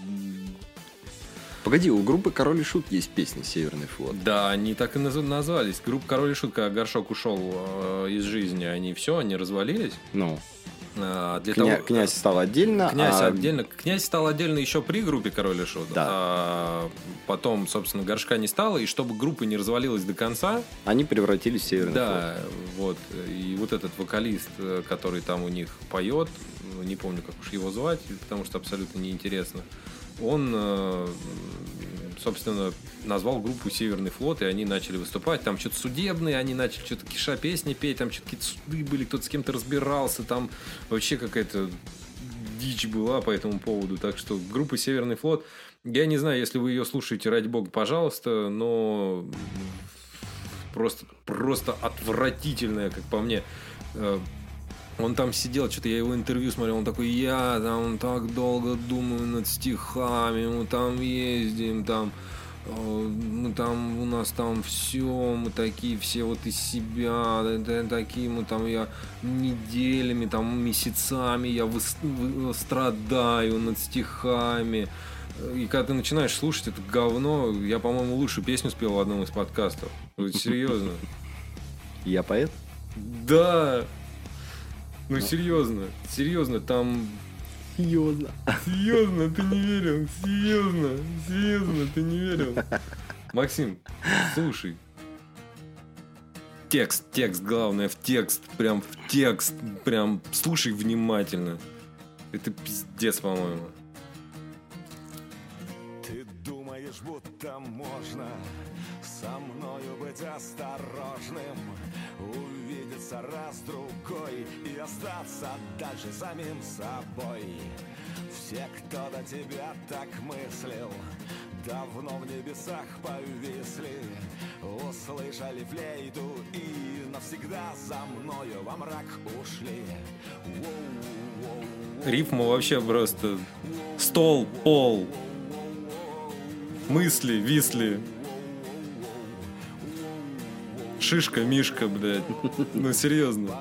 B: Погоди, у группы «Король и Шут» есть песня «Северный флот».
A: Да, они так и назвались. Группа «Король и Шут», когда Горшок ушел из жизни, они развалились.
B: Ну,
A: Для того...
B: князь стал отдельно.
A: Князь стал отдельно еще при группе «Король и Шут».
B: Да.
A: А потом, собственно, Горшка не стало. И чтобы группа не развалилась до конца...
B: Они превратились в «Северный флот».
A: Да, вот. И вот этот вокалист, который там у них поет, не помню, как уж его звать, потому что абсолютно неинтересно, он, собственно, назвал группу «Северный флот», и они начали выступать. Там что-то судебные, они начали что-то киша песни петь, там что-то какие-то суды были, кто-то с кем-то разбирался, там вообще какая-то дичь была по этому поводу. Так что группа «Северный флот», я не знаю, если вы ее слушаете, ради бога, пожалуйста, но просто отвратительная, как по мне. Он там сидел, что-то я его интервью смотрел, он такой, я там так долго думаю над стихами, мы там ездим, там, мы там, у нас там все, мы такие все вот из себя, такие мы там, я неделями, там, месяцами, я страдаю над стихами. И когда ты начинаешь слушать это говно, я, по-моему, лучшую песню спел в одном из подкастов. Вот, серьезно.
B: Я поэт?
A: Да. Ну, серьезно, там... Серьезно, ты не верил. Серьезно, ты не верил. Максим, слушай. Текст, главное, прям в текст, прям слушай внимательно. Это пиздец, по-моему.
D: Ты думаешь, будто можно со мною быть осторожным, увидеться раз-другой и остаться дальше самим собой. Все, кто до тебя так мыслил, давно в небесах повисли, услышали флейту и навсегда за мною во мрак ушли.
A: Рифма вообще просто стол, пол, мысли, висли. Шишка, Мишка, блядь. Ну, серьезно.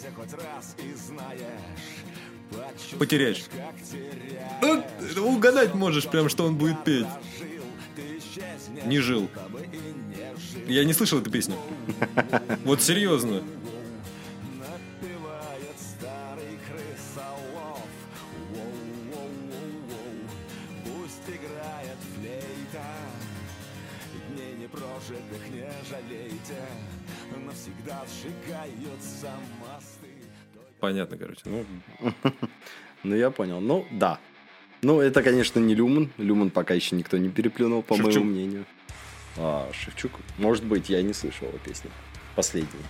A: Потеряешь. Угадать можешь прям, что он будет петь. Не жил. Я не слышал эту песню. Вот серьезно.
D: Прожитых не жалейте, навсегда сжигаются мосты.
A: Понятно, короче.
B: Ну, я понял. Ну, да. Ну, это, конечно, не Люман. Люман пока еще никто не переплюнул, по
A: Шевчук.
B: моему мнению. Шевчук? Может быть, я не слышал его песни. Последние.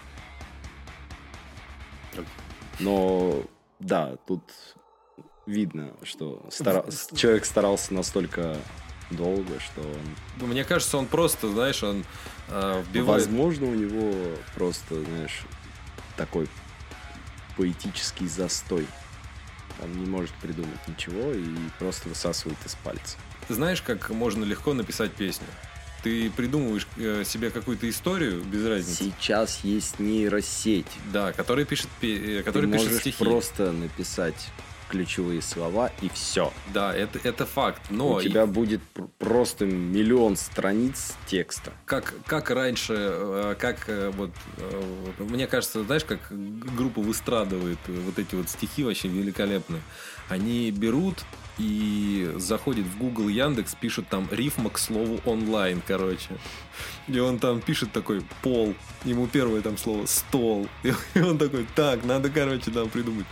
B: Но, да, тут видно, что человек старался настолько долго, что он...
A: Мне кажется, он просто, знаешь, он вбивает...
B: Возможно, у него просто, знаешь, такой поэтический застой. Он не может придумать ничего и просто высасывает из пальца.
A: Знаешь, как можно легко написать песню? Ты придумываешь себе какую-то историю, без разницы.
B: Сейчас есть нейросеть.
A: Да, которая пишет,
B: Ты
A: которая пишет
B: можешь
A: стихи.
B: просто написать ключевые слова и все.
A: Да, это факт. Но
B: У тебя будет просто миллион страниц текста.
A: как раньше, мне кажется, знаешь, как группа выстрадывает вот эти вот стихи вообще великолепные. Они берут и заходят в Google, Яндекс, пишут там рифма к слову онлайн, короче. И он там пишет такой пол, ему первое там слово стол. И он такой, так, надо, короче, там придумать.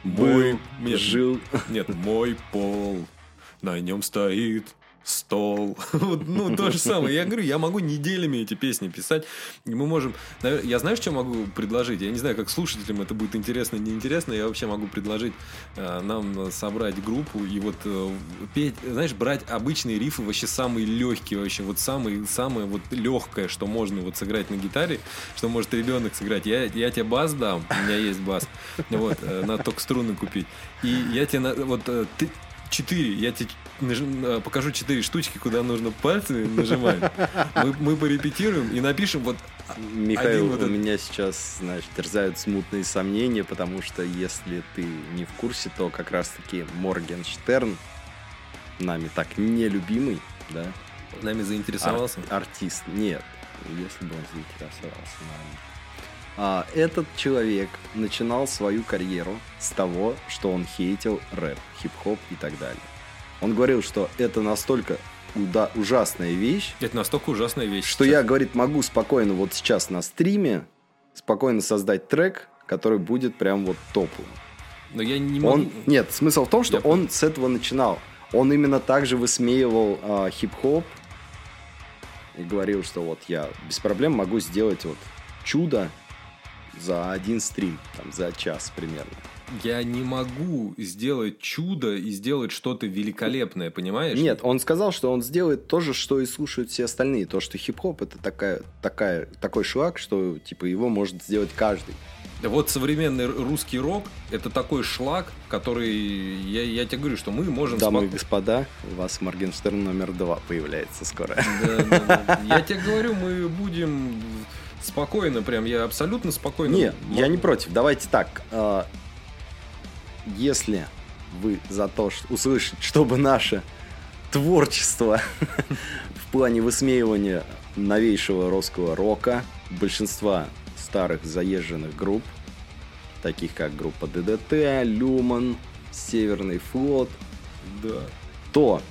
B: Жил.
A: Нет, мой пол, на нем стоит стол. Ну, то же самое. Я говорю, я могу неделями эти песни писать. И мы можем... Я знаю, что могу предложить? Я не знаю, как слушателям это будет интересно, неинтересно. Я вообще могу предложить нам собрать группу и вот петь, знаешь, брать обычные рифы, вообще самые легкие, вообще вот самое вот легкое, что можно вот сыграть на гитаре, что может ребенок сыграть. Я тебе бас дам, у меня есть бас. Вот, надо только струны купить. И я тебе... Вот ты... 4. Я тебе покажу 4 штучки, куда нужно пальцами нажимать. Мы порепетируем и напишем вот...
B: Михаил, у меня сейчас, знаешь, терзают смутные сомнения, потому что если ты не в курсе, то как раз-таки Моргенштерн, нами так нелюбимый, да?
A: Нами заинтересовался?
B: Артист. Нет. Если бы он заинтересовался нами. Этот человек начинал свою карьеру с того, что он хейтил рэп, хип-хоп и так далее. Он говорил, что это настолько ужасная вещь.
A: Это настолько ужасная вещь.
B: Что я, говорит, могу спокойно вот сейчас на стриме спокойно создать трек, который будет прям вот топовым.
A: Но я не могу...
B: Нет, смысл в том, что он с этого начинал. Он именно так же высмеивал хип-хоп и говорил, что вот я без проблем могу сделать вот чудо за один стрим, там, за час примерно.
A: Я не могу сделать чудо и сделать что-то великолепное, понимаешь?
B: Нет, он сказал, что он сделает то же, что и слушают все остальные. То, что хип-хоп это такой шлак, что типа его может сделать каждый.
A: Да вот современный русский рок это такой шлак, который, я тебе говорю, что мы можем...
B: Дамы и господа, у вас Моргенштерн номер 2 появляется скоро.
A: Да. Я тебе говорю, мы будем спокойно, прям я абсолютно спокойно...
B: Нет, я не против. Давайте так. Если вы за то, что услышать, чтобы наше творчество в плане высмеивания новейшего русского рока, большинства старых заезженных групп, таких как группа ДДТ, Люман, Северный флот,
A: Да.
B: то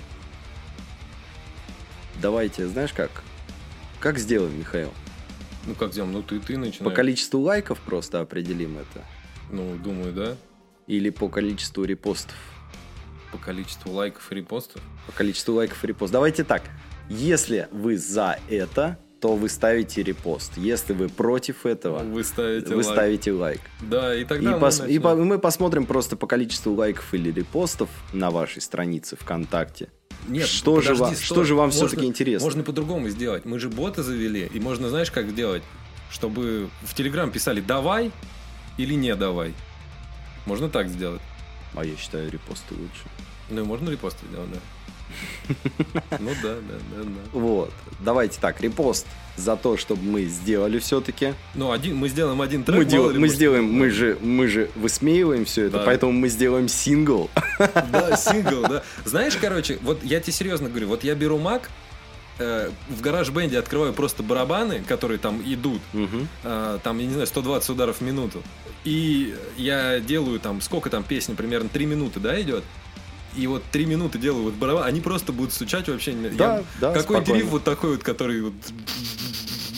B: давайте, знаешь как? Как сделаем, Михаил?
A: Ну как сделаем? Ну ты начинаешь.
B: По количеству лайков просто определим это?
A: Ну, думаю, да.
B: Или по количеству репостов?
A: По количеству лайков и репостов.
B: По количеству лайков и репостов. Давайте так. Если вы за это, то вы ставите репост. Если вы против этого,
A: Вы ставите
B: вы
A: лайк.
B: ставите лайк.
A: Да, и
B: И,
A: тогда мы начнем.
B: мы посмотрим просто по количеству лайков или репостов на вашей странице ВКонтакте.
A: Нет,
B: Что же
A: подожди,
B: вам-
A: стой.
B: что же вам
A: Можно-
B: всё-таки интересно?
A: Можно по-другому сделать. Мы же боты завели, и можно, знаешь, как сделать? Чтобы в Телеграм писали «давай» или «не давай». Можно так сделать.
B: А я считаю, репосты лучше.
A: Ну, и можно репосты делать, да. Ну да.
B: Вот. Давайте так, репост за то, чтобы мы сделали все-таки.
A: Ну, мы сделаем один трек.
B: Мы
A: мало ли, может,
B: сделаем, мы же высмеиваем все это,
A: Да.
B: поэтому мы сделаем сингл.
A: Да, сингл, да. Знаешь, короче, вот я тебе серьезно говорю, вот я беру Mac, в GarageBand открываю просто барабаны, которые там идут, там, я не знаю, 120 ударов в минуту, и я делаю там, сколько там песни, примерно 3 минуты, да, идет? И вот 3 минуты делаю вот барабан, они просто будут стучать вообще.
B: Да,
A: Какой-то
B: спокойно.
A: риф вот такой вот, который вот...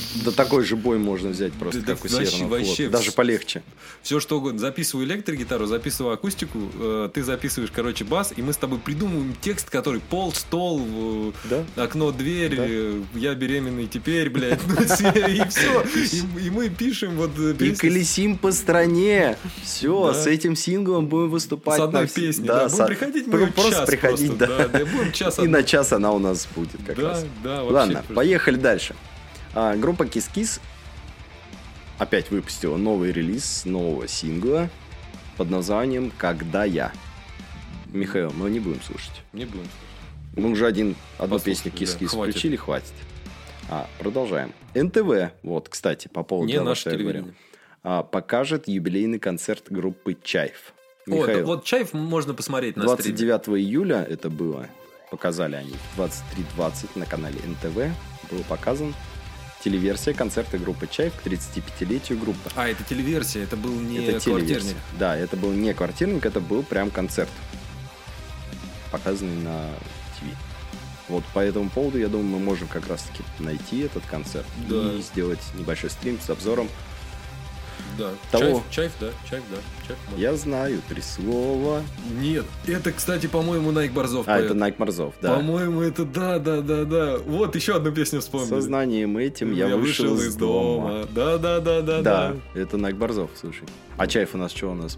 B: Да такой же бой можно взять просто,
A: Да
B: как у
A: вообще-
B: Северного
A: вообще
B: флота. Даже полегче.
A: Все что угодно. Записываю электрогитару, записываю акустику, ты записываешь, короче, бас, и мы с тобой придумываем текст, который пол, стол,
B: Да.
A: окно, дверь, я беременный теперь, блядь, ну, и все. И мы пишем вот
B: И
A: песни
B: колесим по стране. Все,
A: Да.
B: с этим синглом будем выступать.
A: с одной
B: на вс-
A: песней.
B: Да,
A: Да, будем приходить мы
B: просто
A: час
B: приходить,
A: просто,
B: да.
A: будем час
B: И на час она у нас будет как
A: Да,
B: раз.
A: да, вообще
B: Ладно,
A: просто.
B: поехали дальше. Группа Kiss опять выпустила новый релиз нового сингла под названием «Когда я». Михаил, мы не будем слушать.
A: Не будем.
B: Мы уже одну
A: Послушали,
B: песню Kiss
A: да, хватит.
B: включили, хватит. Продолжаем. НТВ, вот, кстати, по поводу
A: Не
B: того,
A: наше
B: что я говорил,
A: телевидение.
B: покажет юбилейный концерт группы «Чайф». Михаил,
A: Вот Чайф можно посмотреть на стриме.
B: 29 июля это было. Показали они в 23:20 на канале НТВ. Был показан телеверсия концерта группы «Чайф» к 35-летию группы.
A: Это телеверсия, это был не
B: Это телеверсия.
A: квартирник.
B: Да, это был не квартирник, это был прям концерт, показанный на ТВ. Вот по этому поводу, я думаю, мы можем как раз-таки найти этот концерт
A: Да.
B: и сделать небольшой стрим с обзором.
A: Да.
B: Того.
A: Чайф, да. Чайф можно.
B: Я знаю 3 слова.
A: Нет, это, кстати, по-моему, Найк Борзов поет.
B: Это Найк Борзов, да.
A: По-моему, это да. Вот еще одну песню вспомнил.
B: Сознанием этим я вышел из дома.
A: Да.
B: Да, это Найк Борзов, слушай. А Чайф у нас что у нас?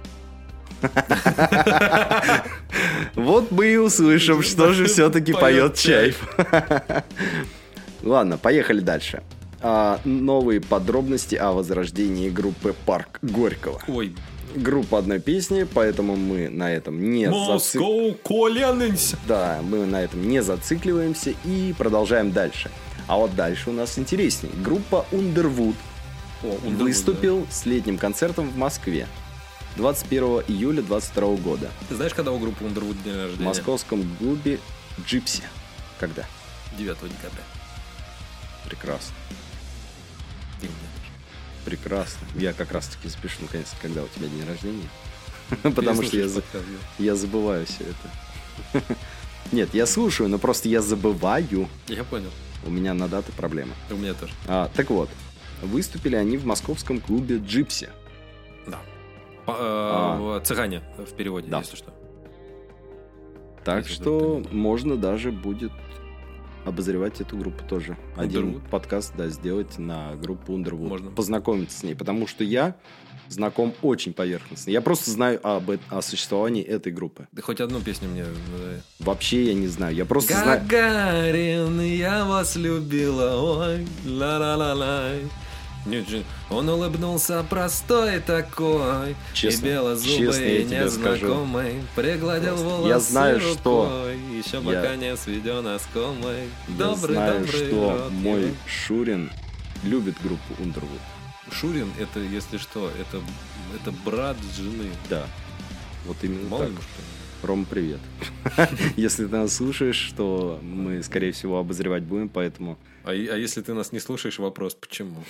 B: Вот мы и услышим, что же все-таки поет Чайф. Ладно, поехали дальше. Новые подробности о возрождении группы «Парк Горького».
A: Ой,
B: Группа одной песни, поэтому мы на этом не
A: Moscow Calling.
B: Да, мы на этом не зацикливаемся и продолжаем дальше. А вот дальше у нас интересней. Группа Underwood выступил с летним концертом в Москве 21 июля 2022 года
A: Ты знаешь, когда у группы Underwood день
B: в
A: рождения?
B: московском клубе «Джипси». Когда?
A: 9 декабря.
B: Прекрасно.
A: Ты мне.
B: Прекрасно. Я как раз таки запишу, наконец-то, когда у тебя день рождения. Потому что я забываю все это. Нет, я слушаю, но просто я забываю.
A: Я понял.
B: У меня на даты проблемы.
A: У меня тоже.
B: Так вот, выступили они в московском клубе «Джипси».
A: Да. В «Цыгане» в переводе,
B: Да.
A: если что.
B: Так
A: Если
B: что
A: вдруг
B: можно даже будет обозревать эту группу тоже. Один
A: Underwood?
B: подкаст, да, сделать на группу Underwood.
A: Можно.
B: Познакомиться с ней, потому что я знаком очень поверхностно. Я просто знаю о существовании этой группы.
A: Да хоть одну песню мне.
B: Вообще я не знаю. Я просто знаю...
A: Гагарин, я вас любила, ой, ла-ла-ла-ла. Он улыбнулся простой такой,
B: Честно,
A: и белозубый,
B: честно я
A: и
B: тебе скажу.
A: незнакомый, пригладил
B: Просто
A: волосы
B: я знаю,
A: рукой,
B: что
A: еще
B: я-
A: пока не сведен оскомой.
B: Я знаю, что
A: рот
B: мой
A: его.
B: Шурин любит группу Underwood.
A: Шурин, это, если что, это брат жены.
B: Да. Вот именно
A: Мало
B: так.
A: ли, что.
B: Ром, привет. Если ты нас слушаешь, то мы, скорее всего, обозревать будем, поэтому...
A: А если ты нас не слушаешь, вопрос, почему?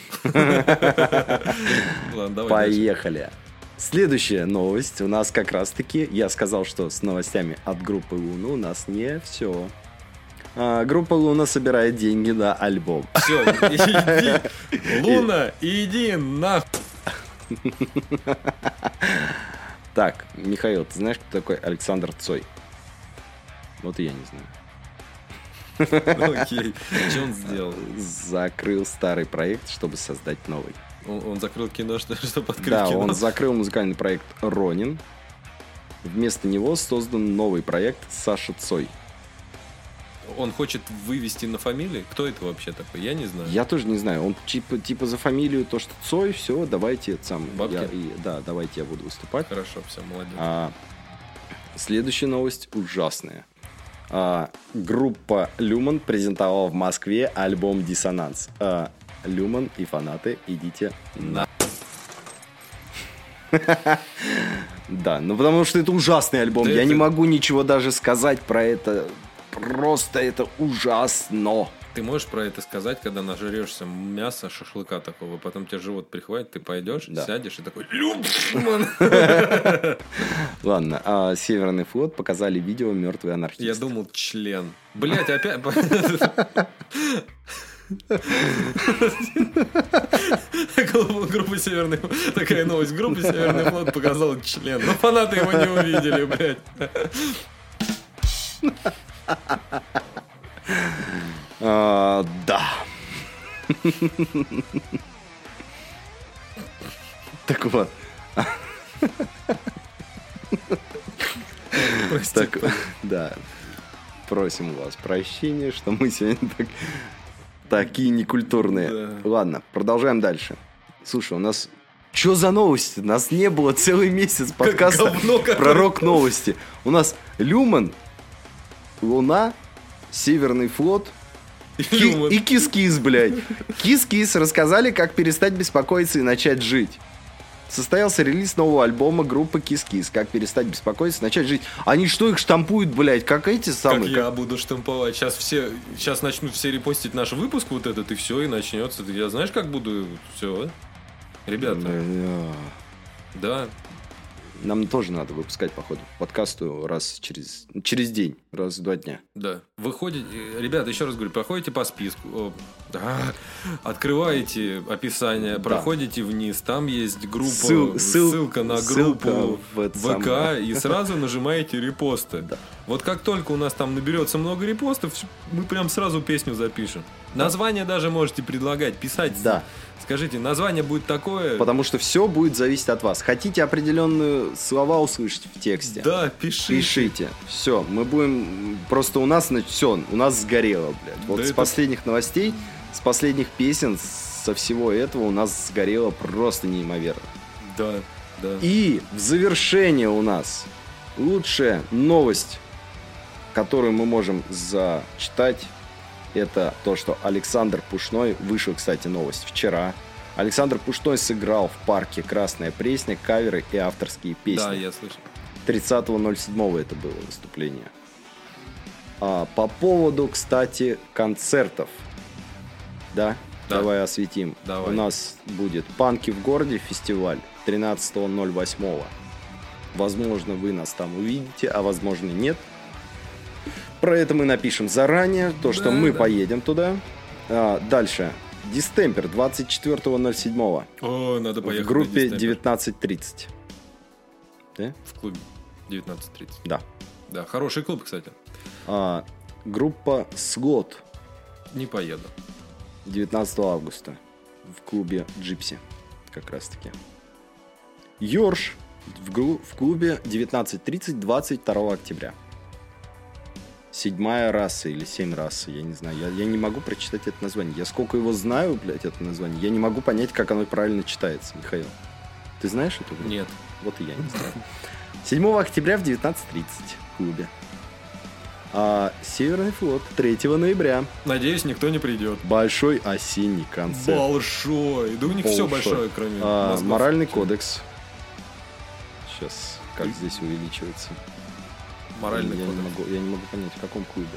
A: Ладно, давай дальше.
B: Поехали. Следующая новость у нас как раз-таки, я сказал, что с новостями от группы Луна у нас не все. Группа Луна собирает деньги на альбом.
A: Все, иди. Луна, иди нахуй.
B: Так, Михаил, ты знаешь, кто такой Александр Цой? Вот и я не знаю.
A: Окей. Что он сделал?
B: Закрыл старый проект, чтобы создать новый.
A: Он закрыл кино, чтобы открыть
B: Да,
A: кино.
B: он закрыл музыкальный проект «Ронин». Вместо него создан новый проект «Саша Цой».
A: Он хочет вывести на фамилии? Кто это вообще такой? Я не знаю.
B: Я тоже не знаю. Он типа за фамилию то, что Цой, все, давайте сам.
A: Бабки?
B: Да, давайте я буду выступать.
A: Хорошо, все, молодец.
B: Следующая новость ужасная. Группа Люман презентовала в Москве альбом «Диссонанс». Люман и фанаты, идите на... Да, ну потому что это ужасный альбом.
A: Да
B: Я
A: это-
B: не могу ничего даже сказать про это. Просто это ужасно.
A: Ты можешь про это сказать, когда нажрешься мяса, шашлыка такого, потом тебе живот прихватит, ты пойдешь,
B: Да.
A: сядешь и такой «Люман!»
B: Ладно, Северный флот показали видео «Мертвый анархист».
A: Я думал, член. Блять, опять... Группа Северный... Такая новость. Группа Северный флот показала член. Но фанаты его не увидели, блядь.
B: Да. Так вот. Так, да. Просим у вас прощения, что мы сегодня такие некультурные.
A: Да.
B: Ладно, продолжаем дальше. Слушай, у нас... Что за новости? Нас не было целый месяц подкаста про рок-новости. У нас Люман, Луна, Северный флот и Кис-Кис, блядь. Кис-Кис рассказали, как перестать беспокоиться и начать жить. Состоялся релиз нового альбома группы Кис-Кис. Как перестать беспокоиться, начать жить. Они что, их штампуют, блядь, как эти самые?
A: Как я буду штамповать. Сейчас начнут все репостить наш выпуск вот этот, и все, и начнется. Я знаешь, как буду все, ребята? Да.
B: Нам тоже надо выпускать, походу, подкасту раз через день, раз в 2 дня.
A: Да. Выходите, ребята, еще раз говорю, проходите по списку, открываете описание, проходите вниз, там есть группа, ссылка на группу ВК, и сразу нажимаете репосты.
B: Да.
A: Вот как только у нас там наберется много репостов, мы прям сразу песню запишем. Название даже можете предлагать, писать.
B: Да.
A: Скажите, название будет такое...
B: Потому что все будет зависеть от вас. Хотите определенные слова услышать в тексте?
A: Да, пишите.
B: Все, мы будем... Просто у нас все, у нас сгорело, блядь. Вот
A: да
B: с последних новостей, с последних песен, со всего этого у нас сгорело просто неимоверно.
A: Да.
B: И в завершение у нас лучшая новость, которую мы можем зачитать, это то, что Александр Пушной, вышла, кстати, новость вчера. Александр Пушной сыграл в парке «Красная Пресня» каверы и авторские песни.
A: Да, я слышал.
B: 30.07 это было выступление. По поводу, кстати, концертов. Да? Давай осветим.
A: Давай.
B: У нас будет «Панки в городе» фестиваль 13.08. Возможно, вы нас там увидите, а возможно, нет. Про это мы напишем заранее, то, что мы поедем туда. Дальше. Дистемпер 24.07.
A: О, надо поехать.
B: В группе 19.30. Да?
A: В клубе 19.30.
B: Да.
A: Да, хороший клуб, кстати.
B: Группа Слот.
A: Не поеду.
B: 19 августа. В клубе Джипси. Как раз таки. Йорш. В клубе 19.30 22 октября. 7 раса или 7 раса, я не знаю. Я не могу прочитать это название. Я сколько его знаю, блядь, это название. Я не могу понять, как оно правильно читается, Михаил. Ты знаешь эту группу?
A: Нет.
B: Вот и я не знаю. 7 октября в 19.30 в клубе. Северный флот 3 ноября.
A: Надеюсь, никто не придет.
B: Большой осенний концерт.
A: Большой. Да у них все большое, кроме Москвы.
B: Моральный кодекс. Сейчас, как здесь увеличивается.
A: Моральный
B: я не могу понять, в каком клубе.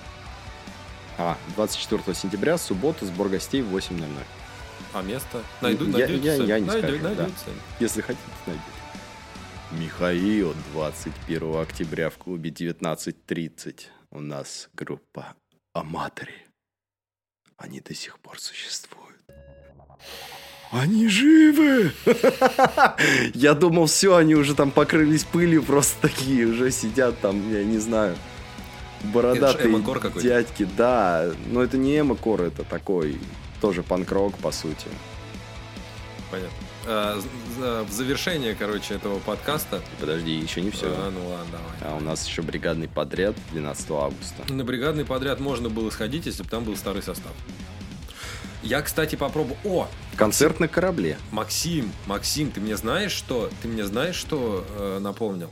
B: 24 сентября, суббота, сбор гостей в 8:00.
A: А место? Найдете
B: я не скажу, да.
A: сами.
B: Если хотите, найдете. Михаил, 21 октября в клубе 19.30. У нас группа Аматори. Они до сих пор существуют. Они живы! Я думал, все, они уже там покрылись пылью, просто такие уже сидят там, я не знаю, бородатые дядьки. Да, но это не эмо-кор, это такой тоже панк-рок, по сути.
A: Понятно. В завершение, короче, этого подкаста...
B: Подожди, еще не все.
A: Ну ладно, давай.
B: У нас еще бригадный подряд 12 августа.
A: На бригадный подряд можно было сходить, если бы там был старый состав. Я, кстати, попробую...
B: Концерт на корабле.
A: Максим, ты мне знаешь, что напомнил?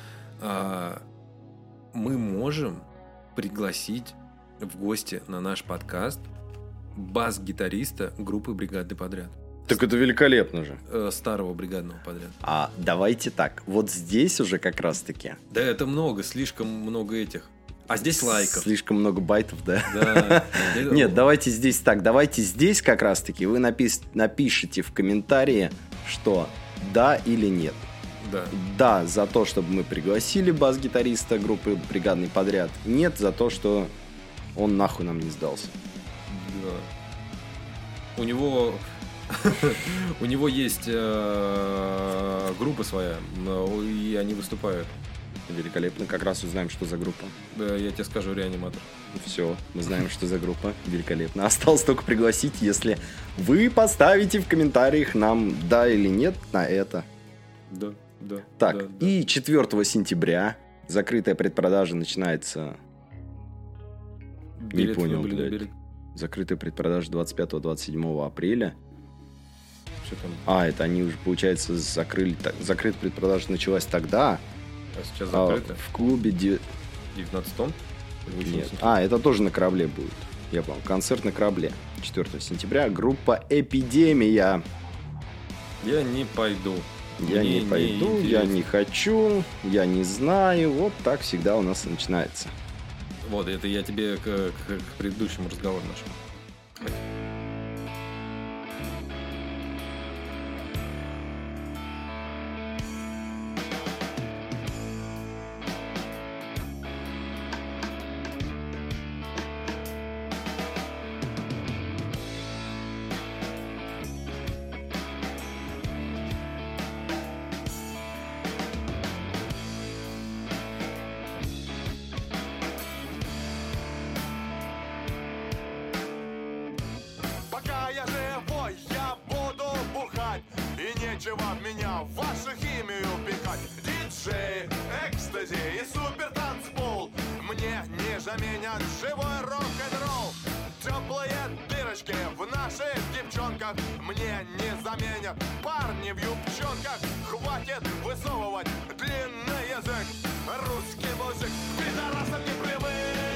A: Мы можем пригласить в гости на наш подкаст бас-гитариста группы «Бригадный подряд».
B: Так это великолепно же.
A: Старого бригадного подряда.
B: Давайте так. Вот здесь уже как раз-таки.
A: Да это много, слишком много этих. А здесь лайков.
B: Слишком много байтов, да?
A: Да.
B: Нет, давайте здесь так. Давайте здесь как раз-таки вы напишите в комментарии, что да или нет.
A: Да.
B: Да, за то, чтобы мы пригласили бас-гитариста группы «Бригадный подряд». Нет, за то, что он нахуй нам не сдался.
A: Да. У него есть группа своя, и они выступают.
B: Великолепно. Как раз узнаем, что за группа.
A: Я тебе скажу, Реаниматор.
B: Все, мы знаем, что за группа. Великолепно. Осталось только пригласить, если вы поставите в комментариях нам да или нет на это.
A: Да.
B: Так,
A: да.
B: и 4 сентября закрытая предпродажа начинается...
A: Билет
B: не понял,
A: выбыли на
B: блядь.
A: берег.
B: Закрытая предпродажа 25-27 апреля.
A: Что там?
B: Это они уже, получается, закрыли... Закрытая предпродажа началась тогда.
A: А сейчас закрыто?
B: В клубе...
A: 19 тонн?
B: Нет. Это тоже на корабле будет. Я понял. Концерт на корабле. 4 сентября. Группа «Эпидемия».
A: Я не пойду.
B: Я не пойду, я не хочу, я не знаю. Вот так всегда у нас и начинается.
A: Вот, это я тебе к предыдущему разговору нашему.
D: Пока я живой, я буду бухать. И нечего в меня вашу химию пихать. Диджей, экстази и супер танцпол мне не заменят живой рок-н-ролл. Теплые дырочки в наших девчонках мне не заменят парни в юбчонках. Хватит высовывать длинный язык. Русский мужик к пидорасам не привык.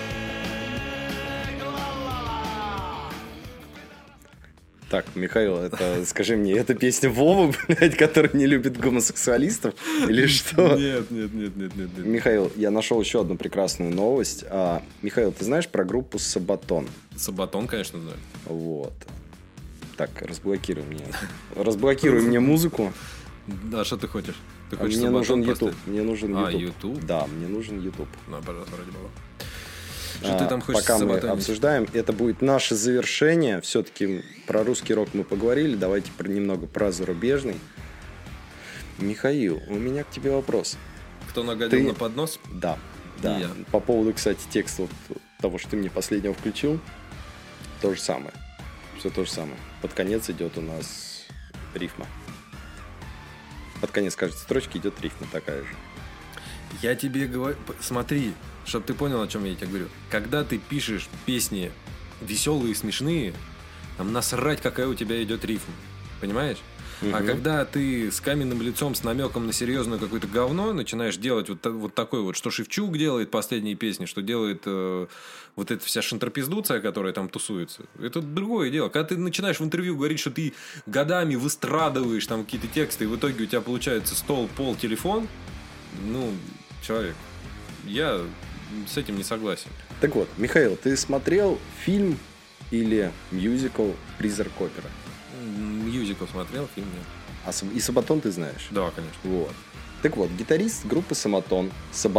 D: Ла-ла-ла.
B: Так, Михаил, скажи мне, это песня Вовы, блядь, который не любит гомосексуалистов? Или что?
A: Нет.
B: Михаил, я нашел еще одну прекрасную новость. Михаил, ты знаешь про группу Сабатон?
A: Сабатон, конечно, знаю.
B: Вот. Так, разблокируй мне музыку.
A: Да, что ты хочешь? Ты хочешь
B: Мне
A: Сабатон
B: нужен YouTube.
A: поставить?
B: Мне нужен YouTube.
A: YouTube?
B: Да, мне нужен YouTube.
A: Ну, пожалуйста, ради бога. Что ты там хочешь
B: Пока мы
A: саботанить?
B: обсуждаем, это будет наше завершение. Все-таки про русский рок мы поговорили. Давайте немного про зарубежный. Михаил, у меня к тебе вопрос.
A: Кто нагадил на поднос?
B: Да.
A: Я.
B: По поводу, кстати, текста того, что ты мне последнего включил, то же самое. Все то же самое. Под конец идет у нас рифма. Под конец каждой строчки идет рифма такая же.
A: Я тебе говорю, смотри, чтобы ты понял, о чем я тебе говорю. Когда ты пишешь песни веселые и смешные, там насрать, какая у тебя идет рифма. Понимаешь? А когда ты с каменным лицом, с намеком на серьезное какое-то говно начинаешь делать вот такой вот, что Шевчук делает последние песни, что делает вот эта вся шантропиздуция, которая там тусуется, это другое дело. Когда ты начинаешь в интервью говорить, что ты годами выстрадываешь там какие-то тексты, и в итоге у тебя получается стол, пол, телефон, ну, человек, я с этим не согласен.
B: Так вот, Михаил, ты смотрел фильм или мюзикл «Призрак оперы»?
A: Мюзикл смотрел, фильм нет.
B: И Сабатон ты знаешь?
A: Да, конечно.
B: Вот. Так вот, гитарист группы Сабатон.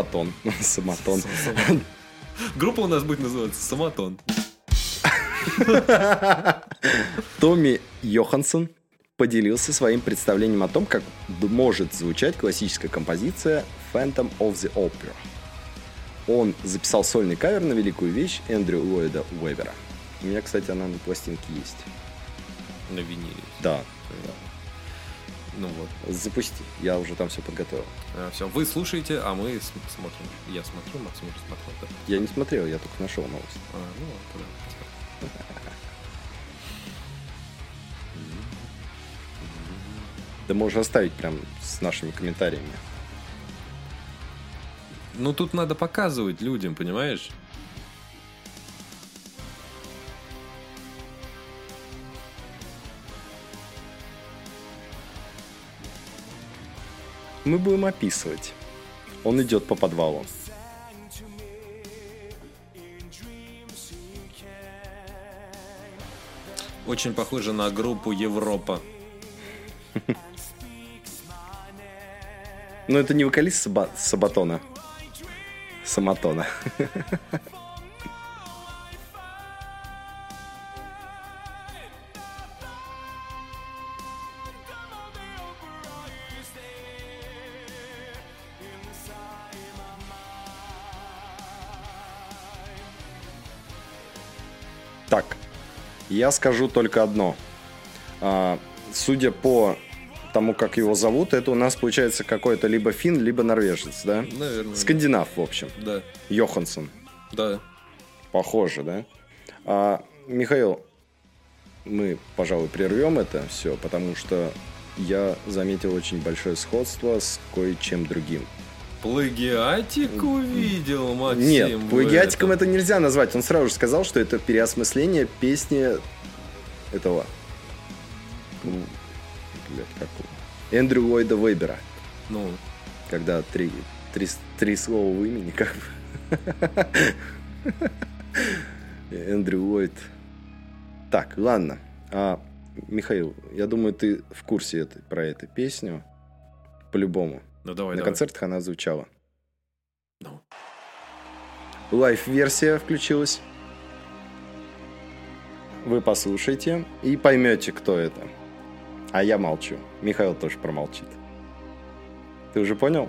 A: Группа у нас будет называться «Саматон».
B: Томми Йоханссон поделился своим представлением о том, как может звучать классическая композиция «Phantom of the Opera». Он записал сольный кавер на великую вещь Эндрю Ллойда Уэббера. У меня, кстати, она на пластинке есть.
A: На виниле.
B: Да.
A: Ну вот.
B: Запусти. Я уже там все подготовил.
A: Все, вы слушаете, а мы смотрим. Я смотрю, Максим уже смотрел. Да?
B: Я не смотрел, я только нашел новость.
A: Ну ладно, посмотрим.
B: Да можешь оставить прям с нашими комментариями.
A: Ну тут надо показывать людям, понимаешь?
B: Мы будем описывать. Он идет по подвалу.
A: Очень похоже на группу Европа.
B: Но это не вокалист Сабатона. Саматона. Так, я скажу только одно. Судя по тому, как его зовут, это у нас получается какой-то либо финн, либо норвежец, да?
A: Наверное.
B: Скандинав, в общем.
A: Да.
B: Йоханссон.
A: Да.
B: Похоже, да? Михаил, мы, пожалуй, прервем это все, потому что я заметил очень большое сходство с кое-чем другим.
A: Плагиатик увидел, Максим.
B: Нет, плагиатиком это нельзя назвать. Он сразу же сказал, что это переосмысление песни этого... Эндрю Ллойда Вебера.
A: Ну,
B: Когда три слова в имени, как бы. Эндрю Ллойд. Так, ладно. Михаил, я думаю, ты в курсе про эту песню. По-любому.
A: ну давай,
B: На
A: давай.
B: концертах она звучала.
A: Ну.
B: Лайв-версия включилась. Вы послушайте и поймете, кто это. А я молчу. Михаил тоже промолчит. Ты уже понял?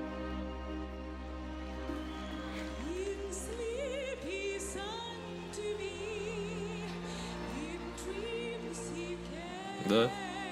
A: Да.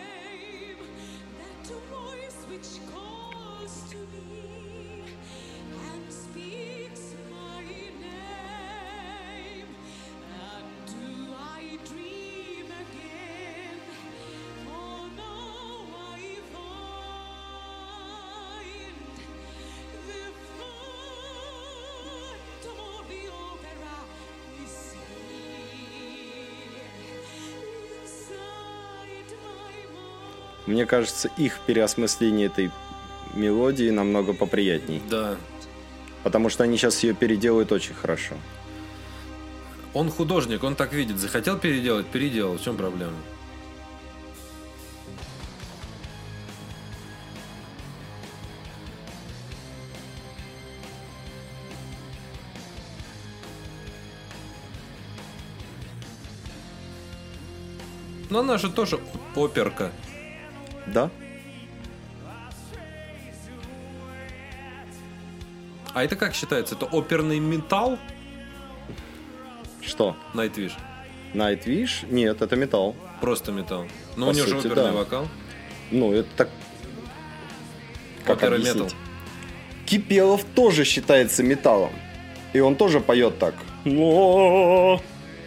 B: Мне кажется, их переосмысление этой мелодии намного поприятней.
A: Да.
B: Потому что они сейчас ее переделают очень хорошо.
A: Он художник, он так видит. Захотел переделать, переделал. В чем проблема? Но она же тоже оперка.
B: Да?
A: А это как считается? Это оперный металл?
B: Что?
A: Nightwish.
B: Nightwish? Нет, это металл.
A: Просто металл. Но
B: По
A: у него же
B: сути,
A: оперный
B: да.
A: вокал.
B: Ну, это так... Как
A: Опера
B: объяснить?
A: метал.
B: Кипелов тоже считается металлом. И он тоже поет так. И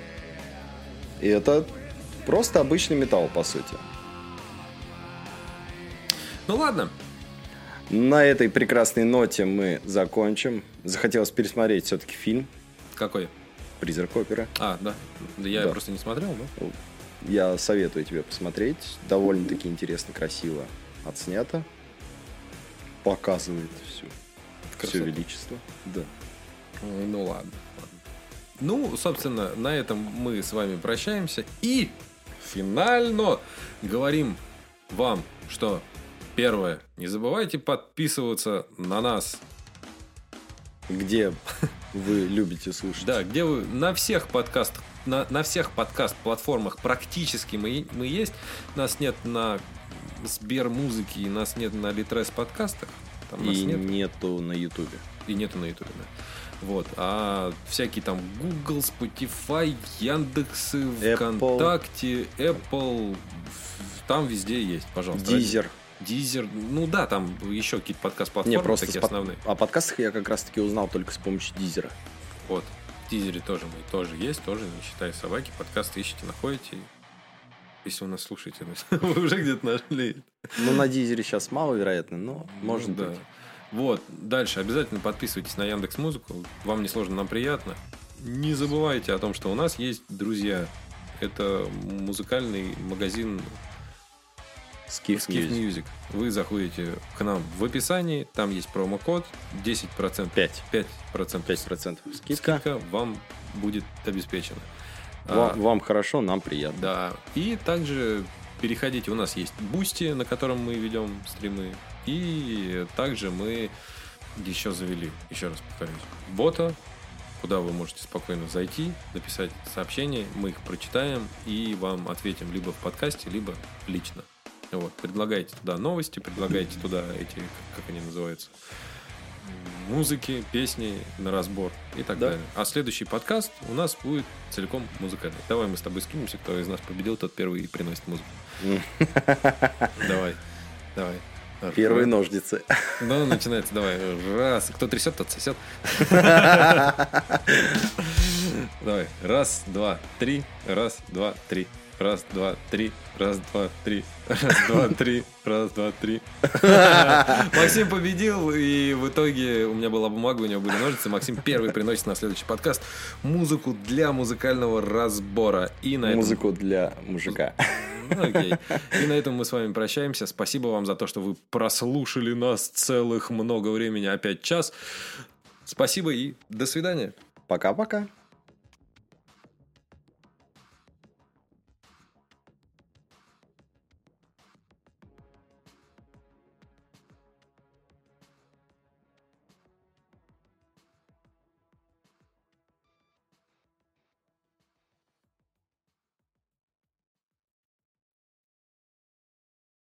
B: это просто обычный металл, по сути.
A: Ну ладно.
B: На этой прекрасной ноте мы закончим. Захотелось пересмотреть все-таки фильм
A: Какой?
B: «Призрак оперы».
A: А, да. Да я
B: Да.
A: просто не смотрел, да?
B: Я советую тебе посмотреть. Довольно-таки интересно, красиво отснято. Показывает все
A: Красоту.
B: величество. Да.
A: Ну ладно. Ну, собственно, на этом мы с вами прощаемся. И финально говорим вам, что первое, не забывайте подписываться на нас.
B: Где вы любите слушать.
A: Да, где вы на всех подкастах, на всех подкаст-платформах практически мы есть. Нас нет на Сбермузыке, и нас нет на Литрес подкастах. Там нас
B: И
A: нет.
B: нету на Ютубе.
A: И нету на Ютубе, да. Вот. А всякие там Google, Spotify, Яндекс, ВКонтакте, Apple, там везде есть, пожалуйста. Дизер. Ну да, там еще какие-то подкаст-платформы
B: Не, просто
A: такие основные.
B: о подкастах я как раз-таки узнал только с помощью Дизера.
A: Вот. В Дизере тоже мы тоже есть, тоже не считай собаки. Подкасты ищите, находите. Если вы нас слушаете, вы уже где-то нашли.
B: Ну, на Дизере сейчас маловероятно, но может
A: да.
B: быть.
A: Вот, дальше обязательно подписывайтесь на Яндекс.Музыку. Вам не сложно, нам приятно. Не забывайте о том, что у нас есть друзья. Это музыкальный магазин
B: Skiff
A: Skiff
B: Music.
A: Music. Вы заходите к нам в описании, там есть промокод 10%. 5%.
B: 5% скидка.
A: Скидка вам будет обеспечена.
B: Вам хорошо, нам приятно.
A: Да. И также переходите, у нас есть Boosty, на котором мы ведем стримы. И также мы еще завели, еще раз повторюсь, бота, куда вы можете спокойно зайти, написать сообщение, мы их прочитаем и вам ответим либо в подкасте, либо лично. Вот. Предлагайте туда новости, предлагайте туда эти, как они называются, музыки, песни на разбор и так далее. А следующий подкаст у нас будет целиком музыкальный. Давай мы с тобой скинемся, кто из нас победил, тот первый и приносит музыку. Давай.
B: Первые ножницы.
A: Ну, начинается, давай. Раз. Кто трясет, тот сосет. Давай. Раз, два, три. Раз, два, три. Раз, два, три. Раз, два, три. Раз, два, три. Раз, два, три. Максим победил, и в итоге у меня была бумага, у него были ножницы. Максим первый приносит на следующий подкаст музыку для музыкального разбора. И на
B: музыку для мужика.
A: Окей. И на этом мы с вами прощаемся. Спасибо вам за то, что вы прослушали нас целых много времени, опять час. Спасибо и до свидания.
B: Пока-пока.